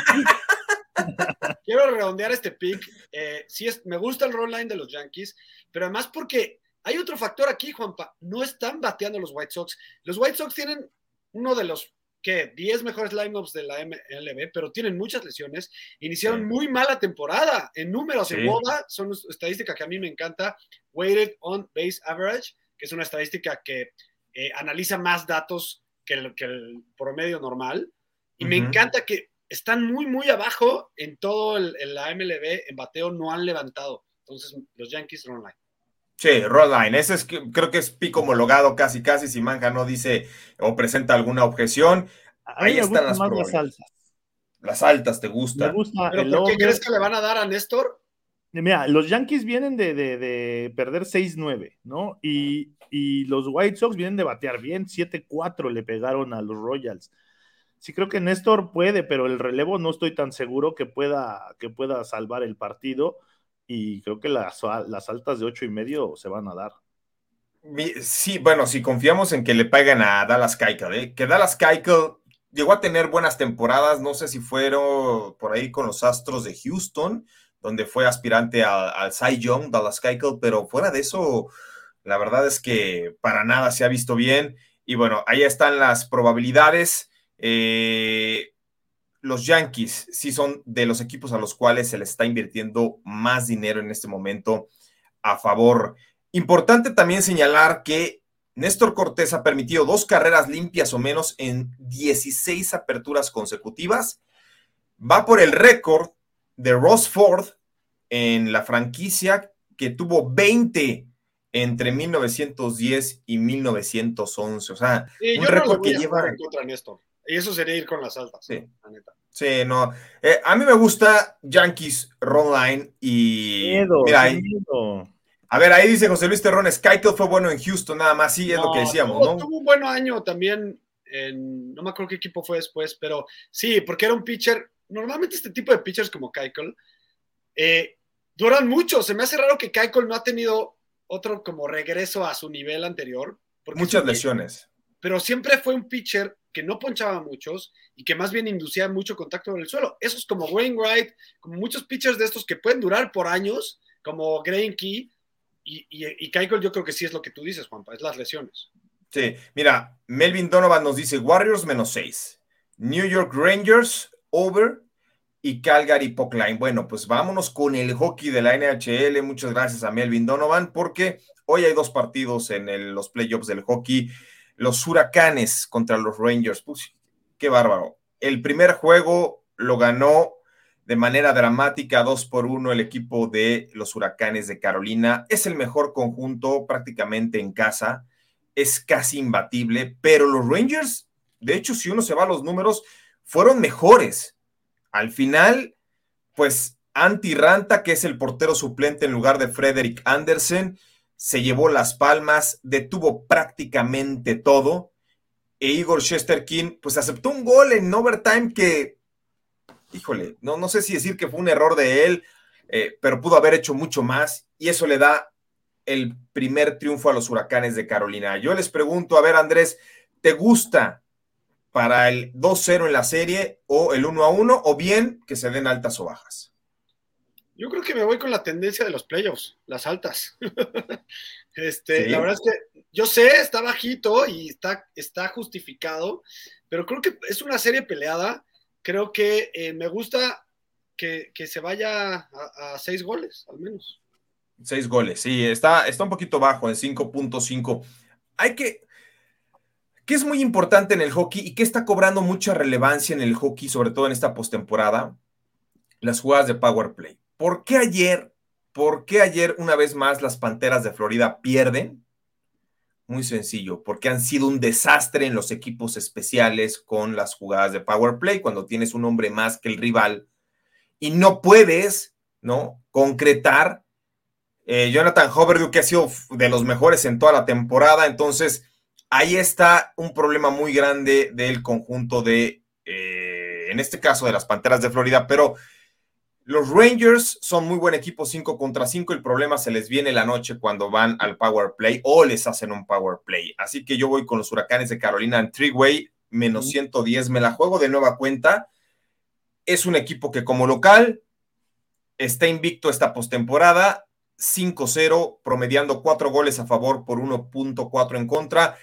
Quiero redondear este pick. Sí, me gusta el roll line de los Yankees, pero además porque hay otro factor aquí, Juanpa. No están bateando los White Sox. Los White Sox tienen uno de los 10 mejores lineups de la MLB, pero tienen muchas lesiones. Iniciaron muy mala temporada. En números, en WOBA, son estadísticas que a mí me encanta. Weighted on Base Average, que es una estadística que analiza más datos que el promedio normal. Y me encanta que están muy, muy abajo en todo la MLB. En bateo no han levantado. Entonces, los Yankees run line. Sí, roll line. Ese creo que es pico homologado casi, si Manja no dice o presenta alguna objeción. Ahí están las pruebas. Las altas, ¿te gusta? Me gusta. ¿Pero por qué crees que le van a dar a Néstor? Mira, los Yankees vienen de perder 6-9, ¿no? Y los White Sox vienen de batear bien, 7-4 le pegaron a los Royals. Sí creo que Néstor puede, pero el relevo no estoy tan seguro que pueda salvar el partido, y creo que las altas de 8.5 se van a dar. Sí, bueno, si confiamos en que le paguen a Dallas Keuchel, que Dallas Keuchel llegó a tener buenas temporadas, no sé si fueron por ahí con los Astros de Houston, donde fue aspirante al Cy Young, Dallas Keuchel, pero fuera de eso, la verdad es que para nada se ha visto bien, y bueno, ahí están las probabilidades. Los Yankees sí son de los equipos a los cuales se les está invirtiendo más dinero en este momento a favor. Importante también señalar que Néstor Cortés ha permitido 2 carreras limpias o menos en 16 aperturas consecutivas. Va por el récord de Ross Ford en la franquicia, que tuvo 20 entre 1910 y 1911. O sea, un récord que lleva en contra de Néstor. Y eso sería ir con las altas, sí. La neta. Sí, no. A mí me gusta Yankees run line y mira ahí. A ver, ahí dice José Luis Terrones, Keuchel fue bueno en Houston, nada más, sí, es lo que decíamos, ¿no? Tuvo un buen año también no me acuerdo qué equipo fue después, pero sí, porque era un pitcher. Normalmente este tipo de pitchers como Keuchel duran mucho. Se me hace raro que Keuchel no ha tenido otro como regreso a su nivel anterior. Muchas lesiones. pero siempre fue un pitcher que no ponchaba a muchos y que más bien inducía mucho contacto en el suelo. Eso es como Wainwright, como muchos pitchers de estos que pueden durar por años, como Greinke y Keuchel. Yo creo que sí es lo que tú dices, Juanpa, es las lesiones. Sí, mira, Melvin Donovan nos dice Warriors -6, New York Rangers over y Calgary puck line. Bueno, pues vámonos con el hockey de la NHL. Muchas gracias a Melvin Donovan, porque hoy hay 2 partidos en los playoffs del hockey. Los Huracanes contra los Rangers. Pues, qué bárbaro. El primer juego lo ganó de manera dramática 2-1 el equipo de los Huracanes de Carolina. Es el mejor conjunto prácticamente en casa. Es casi imbatible, pero los Rangers, de hecho, si uno se va a los números, fueron mejores. Al final, pues Antti Ranta, que es el portero suplente en lugar de Frederik Andersen, se llevó las palmas, detuvo prácticamente todo, e Igor Shesterkin, pues aceptó un gol en overtime que, híjole, no sé si decir que fue un error de él, pero pudo haber hecho mucho más, y eso le da el primer triunfo a los Huracanes de Carolina. Yo les pregunto, a ver, Andrés, ¿te gusta para el 2-0 en la serie o el 1-1, o bien que se den altas o bajas? Yo creo que me voy con la tendencia de los playoffs, las altas. ¿Sí? La verdad es que yo sé, está bajito y está justificado, pero creo que es una serie peleada. Creo que me gusta que se vaya a 6 goles, al menos. 6 goles, sí, está un poquito bajo, en 5.5. Que es muy importante en el hockey y que está cobrando mucha relevancia en el hockey, sobre todo en esta postemporada, las jugadas de power play. ¿Por qué ayer una vez más las Panteras de Florida pierden? Muy sencillo, porque han sido un desastre en los equipos especiales con las jugadas de power play, cuando tienes un hombre más que el rival y no puedes, ¿no?, concretar. Jonathan Huberdeau, que ha sido de los mejores en toda la temporada, entonces ahí está un problema muy grande del conjunto en este caso de las Panteras de Florida, pero los Rangers son muy buen equipo 5 contra 5, el problema se les viene la noche cuando van al power play o les hacen un power play, así que yo voy con los Huracanes de Carolina en three-way, -110, me la juego de nueva cuenta. Es un equipo que como local está invicto esta postemporada, 5-0, promediando 4 goles a favor por 1.4 en contra.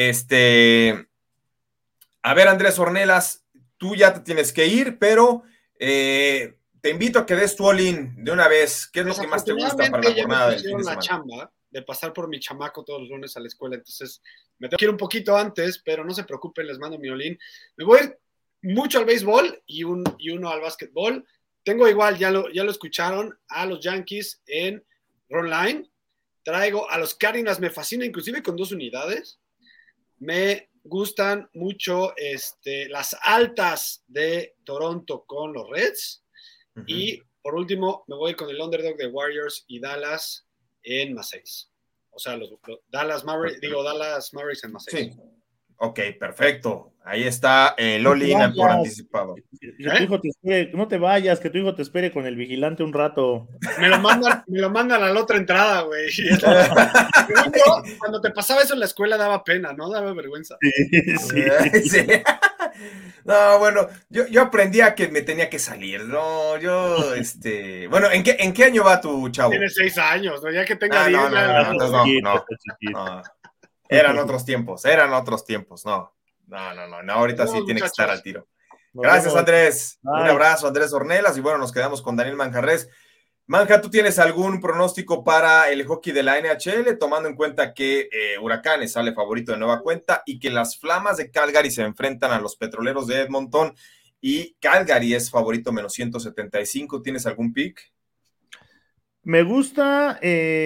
A ver, Andrés Ornelas, tú ya te tienes que ir, pero te invito a que des tu all-in de una vez. ¿Qué es lo que más te gusta para la jornada del fin de semana? La chamba de pasar por mi chamaco todos los lunes a la escuela, entonces me tengo que ir un poquito antes, pero no se preocupen, les mando mi all-in. Me voy mucho al béisbol y uno al básquetbol. Tengo igual, ya lo escucharon, a los Yankees en Run Line. Traigo a los Cardinals, me fascina, inclusive con 2 unidades. Me gustan mucho las altas de Toronto con los Reds. Uh-huh. Y por último, me voy con el underdog de Warriors y Dallas en +6. O sea, los Dallas Mavericks en +6. Sí. Ok, perfecto. Ahí está el all-in por anticipado. No te vayas, que tu hijo te espere con el vigilante un rato. Me lo mandan a la otra entrada, güey. Cuando te pasaba eso en la escuela daba pena, ¿no? Daba vergüenza. Sí. No, bueno, yo aprendí a que me tenía que salir, ¿no? Bueno, ¿en qué año va tu chavo? Tiene 6 años, ¿no? Ya que tenga 10. No. Eran otros tiempos, no, ahorita sí tiene que estar al tiro. Gracias, Andrés. Un abrazo, Andrés Ornelas, y bueno, nos quedamos con Daniel Manjarres. Manja, ¿tú tienes algún pronóstico para el hockey de la NHL, tomando en cuenta que Huracanes sale favorito de nueva cuenta y que las Flamas de Calgary se enfrentan a los Petroleros de Edmonton y Calgary es favorito -175? ¿Tienes algún pick? Me gusta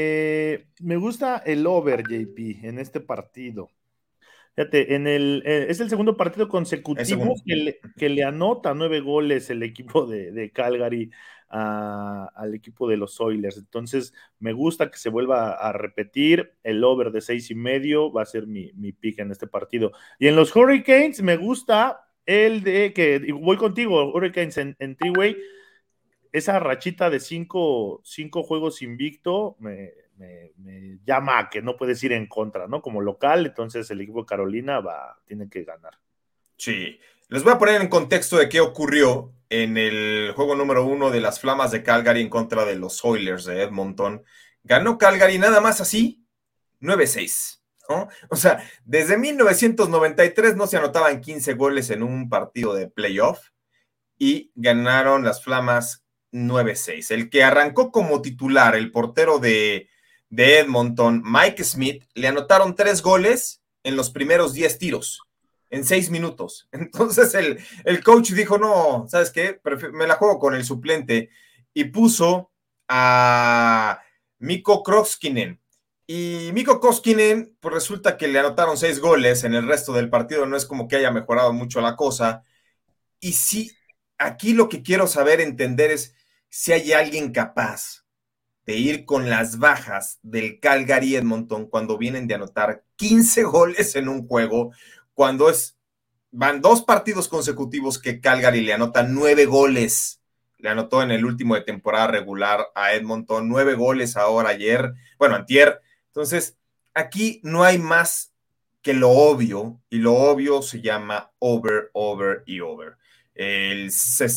el over, JP, en este partido. Fíjate, es el segundo partido consecutivo que le anota 9 goles el equipo de Calgary al equipo de los Oilers. Entonces, me gusta que se vuelva a repetir. El over de 6.5 va a ser mi pick en este partido. Y en los Hurricanes, me gusta que voy contigo, Hurricanes en three-way. Esa rachita de 5 juegos invicto me llama a que no puedes ir en contra, ¿no? Como local, entonces el equipo de Carolina tiene que ganar. Sí, les voy a poner en contexto de qué ocurrió en el juego número 1 de las Flamas de Calgary en contra de los Oilers de Edmonton. Ganó Calgary nada más así, 9-6, ¿no? O sea, desde 1993 no se anotaban 15 goles en un partido de playoff y ganaron las Flamas 9-6. El que arrancó como titular, el portero de Edmonton, Mike Smith, le anotaron 3 goles en los primeros 10 tiros, en 6 minutos. Entonces el coach dijo, no, ¿sabes qué? Me la juego con el suplente, y puso a Mikko Koskinen. Y Mikko Koskinen, pues resulta que le anotaron 6 goles en el resto del partido, no es como que haya mejorado mucho la cosa. Y sí, aquí lo que quiero saber, entender, es si hay alguien capaz de ir con las bajas del Calgary Edmonton cuando vienen de anotar 15 goles en un juego, cuando van 2 partidos consecutivos que Calgary le anota 9 goles. Le anotó en el último de temporada regular a Edmonton, 9 goles ahora antier. Entonces, aquí no hay más que lo obvio, y lo obvio se llama over, over y over. El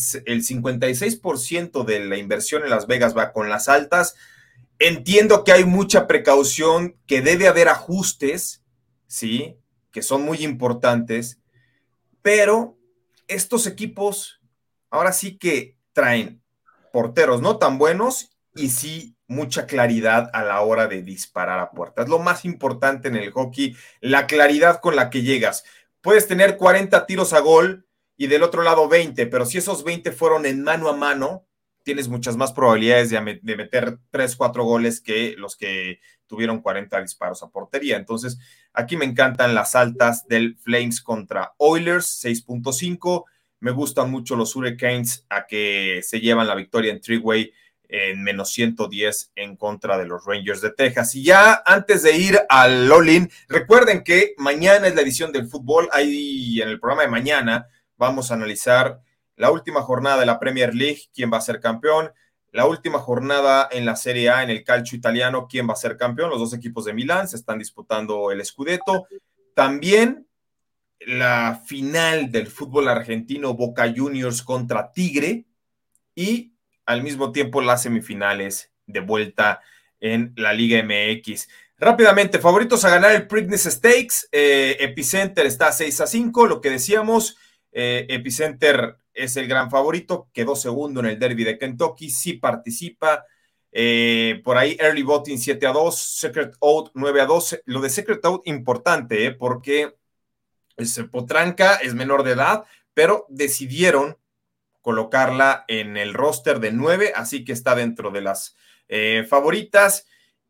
56% de la inversión en Las Vegas va con las altas. Entiendo que hay mucha precaución, que debe haber ajustes, ¿sí? Que son muy importantes, pero estos equipos ahora sí que traen porteros no tan buenos y sí mucha claridad a la hora de disparar a puerta. Es lo más importante en el hockey, la claridad con la que llegas. Puedes tener 40 tiros a gol y del otro lado 20, pero si esos 20 fueron en mano a mano, tienes muchas más probabilidades de meter 3, 4 goles que los que tuvieron 40 disparos a portería. Entonces, aquí me encantan las altas del Flames contra Oilers, 6.5. Me gustan mucho los Hurricanes a que se llevan la victoria en three-way en menos 110 en contra de los Rangers de Texas. Y ya antes de ir al all-in, recuerden que mañana es la edición del fútbol. Ahí en el programa de mañana vamos a analizar la última jornada de la Premier League, quién va a ser campeón, la última jornada en la Serie A en el calcio italiano, quién va a ser campeón. Los 2 equipos de Milán se están disputando el Scudetto. También la final del fútbol argentino, Boca Juniors contra Tigre, y al mismo tiempo las semifinales de vuelta en la Liga MX. Rápidamente, favoritos a ganar el Preakness Stakes. Epicenter está 6-5, lo que decíamos. Epicenter es el gran favorito, quedó segundo en el Derby de Kentucky, sí participa. Por ahí Early Voting 7-2, Secret Oath 9-2. Lo de Secret Oath importante, porque Potranca es menor de edad, pero decidieron colocarla en el roster de 9, así que está dentro de las favoritas.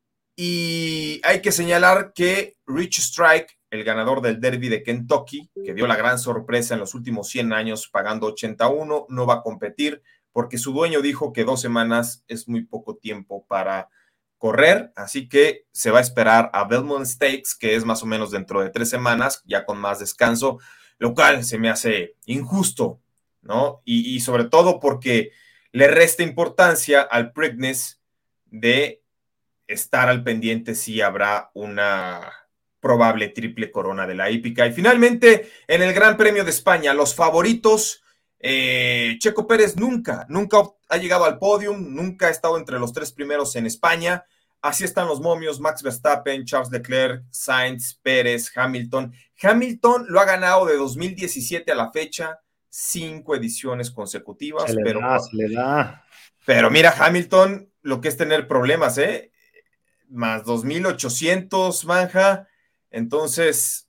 Y hay que señalar que Rich Strike, el ganador del Derby de Kentucky, que dio la gran sorpresa en los últimos 100 años pagando 81, no va a competir porque su dueño dijo que 2 semanas es muy poco tiempo para correr, así que se va a esperar a Belmont Stakes, que es más o menos dentro de 3 semanas, ya con más descanso, lo cual se me hace injusto, ¿no? Y sobre todo porque le resta importancia al Preakness de estar al pendiente si habrá una probable triple corona de la hípica. Y finalmente, en el Gran Premio de España, los favoritos, Checo Pérez nunca ha llegado al podium, nunca ha estado entre los 3 primeros en España. Así están los momios: Max Verstappen, Charles Leclerc, Sainz, Pérez, Hamilton. Hamilton lo ha ganado de 2017 a la fecha, 5 ediciones consecutivas. Se le da. Pero mira, Hamilton, lo que es tener problemas, más 2,800, Manja. Entonces,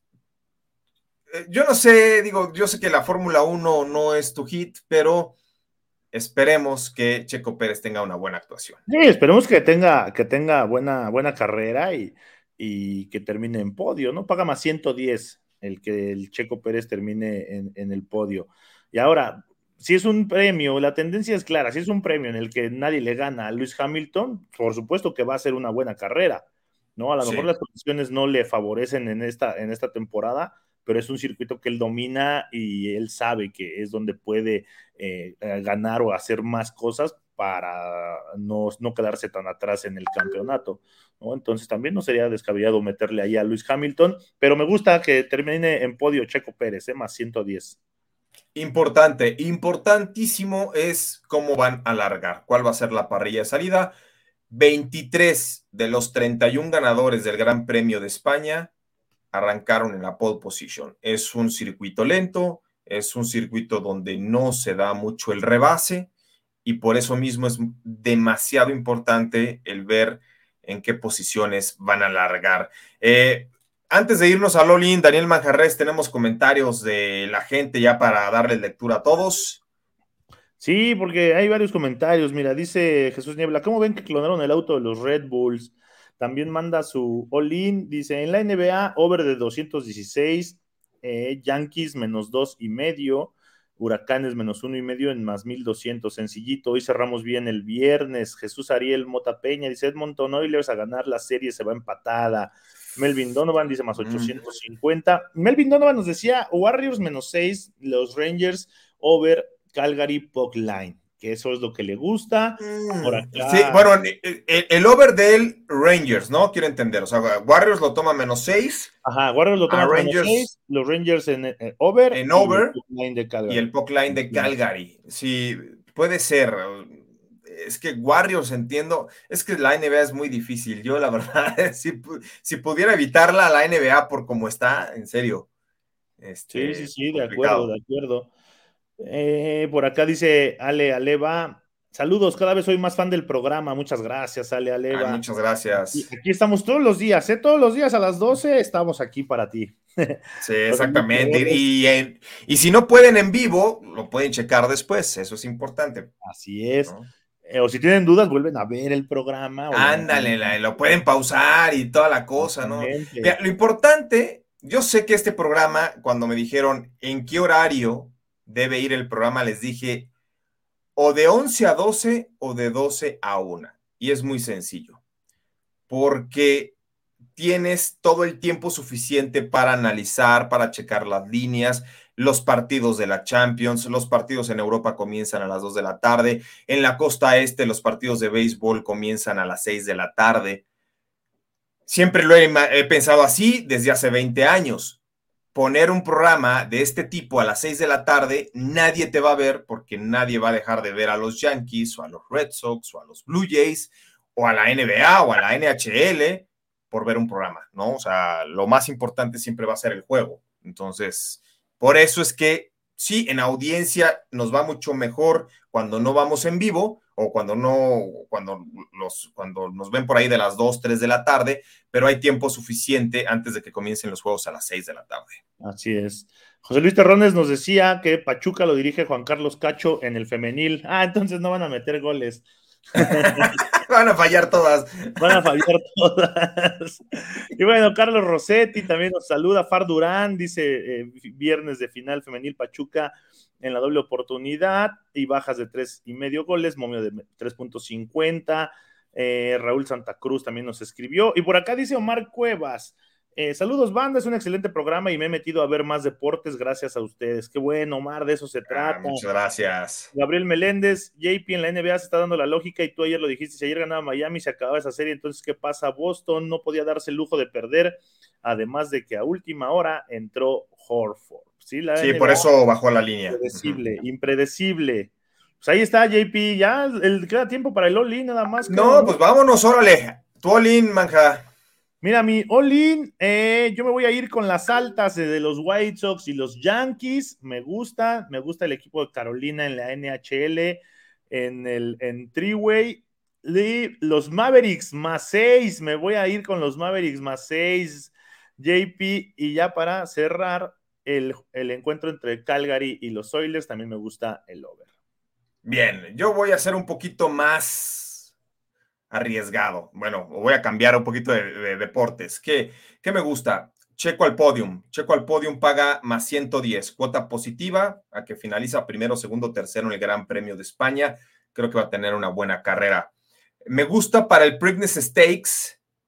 yo no sé, yo sé que la Fórmula 1 no es tu hit, pero esperemos que Checo Pérez tenga una buena actuación. Sí, esperemos que tenga buena carrera y que termine en podio, ¿no? Paga más 110 el que el Checo Pérez termine en el podio. Y ahora, si es un premio, la tendencia es clara, si es un premio en el que nadie le gana a Lewis Hamilton, por supuesto que va a ser una buena carrera, ¿no? A lo mejor las condiciones no le favorecen en esta temporada, pero es un circuito que él domina y él sabe que es donde puede ganar o hacer más cosas para no quedarse tan atrás en el campeonato, ¿no? Entonces también no sería descabellado meterle ahí a Lewis Hamilton, pero me gusta que termine en podio Checo Pérez, más 110. Importante, importantísimo es cómo van a largar, cuál va a ser la parrilla de salida. 23 de los 31 ganadores del Gran Premio de España arrancaron en la pole position. Es un circuito lento, es un circuito donde no se da mucho el rebase y por eso mismo es demasiado importante el ver en qué posiciones van a largar. Antes de irnos a All-In, Daniel Manjarres, tenemos comentarios de la gente ya para darle lectura a todos. Sí, porque hay varios comentarios. Mira, dice Jesús Niebla, ¿cómo ven que clonaron el auto de los Red Bulls? También manda su all-in, dice, en la NBA, over de 216, Yankees menos 2.5, Huracanes menos 1.5 en más 1.200, sencillito. Hoy cerramos bien el viernes. Jesús Ariel Mota Peña dice, Edmonton Oilers a ganar la serie, se va empatada. Melvin Donovan dice más 850. Melvin Donovan nos decía, Warriors menos 6, los Rangers over Calgary Puck Line, que eso es lo que le gusta. Por acá. Sí, bueno, el over del Rangers, ¿no? Quiero entender, o sea, Warriors lo toma menos 6. Ajá, Warriors lo toma menos 6, los Rangers en over. En over y el Puck Line de Calgary. Sí, puede ser. Es que Warriors, entiendo, es que la NBA es muy difícil. Yo, la verdad, si pudiera evitarla, la NBA por cómo está, en serio. Sí, de acuerdo. Por acá dice Ale Aleva, saludos, cada vez soy más fan del programa, muchas gracias Ale Aleva. Muchas gracias. Y aquí estamos todos los días, todos los días a las 12 estamos aquí para ti. Sí, exactamente. Y si no pueden en vivo, lo pueden checar después, eso es importante. Así es. ¿No? O si tienen dudas, vuelven a ver el programa. Ándale, lo pueden pausar y toda la cosa, ¿no? Mira, lo importante, yo sé que este programa, cuando me dijeron en qué horario debe ir el programa, les dije o de 11 a 12 o de 12 a 1. Y es muy sencillo, porque tienes todo el tiempo suficiente para analizar, para checar las líneas, los partidos de la Champions, los partidos en Europa comienzan a las 2 de la tarde, en la costa este los partidos de béisbol comienzan a las 6 de la tarde. Siempre lo he pensado así desde hace 20 años. Poner un programa de este tipo a las 6 de la tarde, nadie te va a ver porque nadie va a dejar de ver a los Yankees o a los Red Sox o a los Blue Jays o a la NBA o a la NHL por ver un programa, ¿no? O sea, lo más importante siempre va a ser el juego. Entonces, por eso es que sí, en audiencia nos va mucho mejor cuando no vamos en vivo o cuando nos ven por ahí de las 2, 3 de la tarde, pero hay tiempo suficiente antes de que comiencen los juegos a las 6 de la tarde. Así es. José Luis Terrones nos decía que Pachuca lo dirige Juan Carlos Cacho en el femenil. Entonces no van a meter goles. Van a fallar todas. Y bueno, Carlos Rossetti también nos saluda. Far Durán dice viernes de final femenil Pachuca en la doble oportunidad y bajas de 3.5 goles, momio de 3.50. Raúl Santa Cruz también nos escribió. Y por acá dice Omar Cuevas. Saludos, banda, es un excelente programa y me he metido a ver más deportes gracias a ustedes. Qué bueno, Omar, de eso se trata. Muchas gracias. Gabriel Meléndez, JP, en la NBA se está dando la lógica y tú ayer lo dijiste, si ayer ganaba Miami se acababa esa serie, entonces ¿qué pasa? Boston no podía darse el lujo de perder, además de que a última hora entró Horford. Sí, NBA, por eso bajó la línea. Impredecible. Pues ahí está, JP, ya queda tiempo para el all-in nada más. No, pues vámonos, órale. Tu all-in, Manja. Mira, mi all-in, yo me voy a ir con las altas de los White Sox y los Yankees. Me gusta el equipo de Carolina en la NHL, en Three-Way. Los Mavericks más 6, me voy a ir con los Mavericks más 6, JP, y ya para cerrar el encuentro entre Calgary y los Oilers, también me gusta el over. Bien, yo voy a hacer un poquito más arriesgado. Bueno, voy a cambiar un poquito de deportes. ¿Qué me gusta? Checo al Podium paga más 110, cuota positiva a que finaliza primero, segundo, tercero en el Gran Premio de España. Creo que va a tener una buena carrera. Me gusta para el Preakness Stakes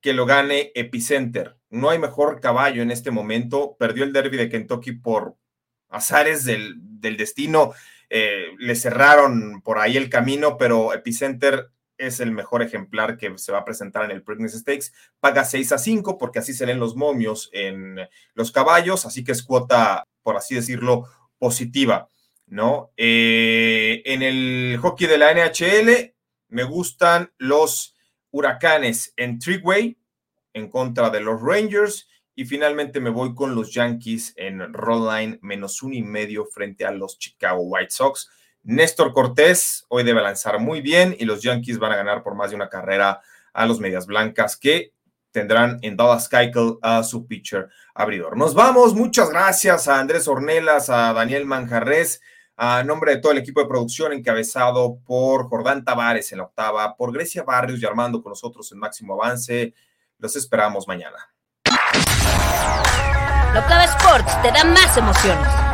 que lo gane Epicenter. No hay mejor caballo en este momento. Perdió el derby de Kentucky por azares del destino. Le cerraron por ahí el camino, pero Epicenter es el mejor ejemplar que se va a presentar en el Preakness Stakes. Paga 6-5 porque así se leen los momios en los caballos, así que es cuota, por así decirlo, positiva, ¿no? En el hockey de la NHL me gustan los Huracanes en Three-Way en contra de los Rangers, y finalmente me voy con los Yankees en Roll Line -1.5 frente a los Chicago White Sox. Néstor Cortés hoy debe lanzar muy bien y los Yankees van a ganar por más de una carrera a los Medias Blancas, que tendrán en Dallas Keuchel a su pitcher abridor. Nos vamos, muchas gracias a Andrés Ornelas, a Daniel Manjarres, a nombre de todo el equipo de producción encabezado por Jordán Tavares en la octava, por Grecia Barrios y Armando con nosotros en Máximo Avance. Los esperamos mañana. Locava Sports te da más emociones.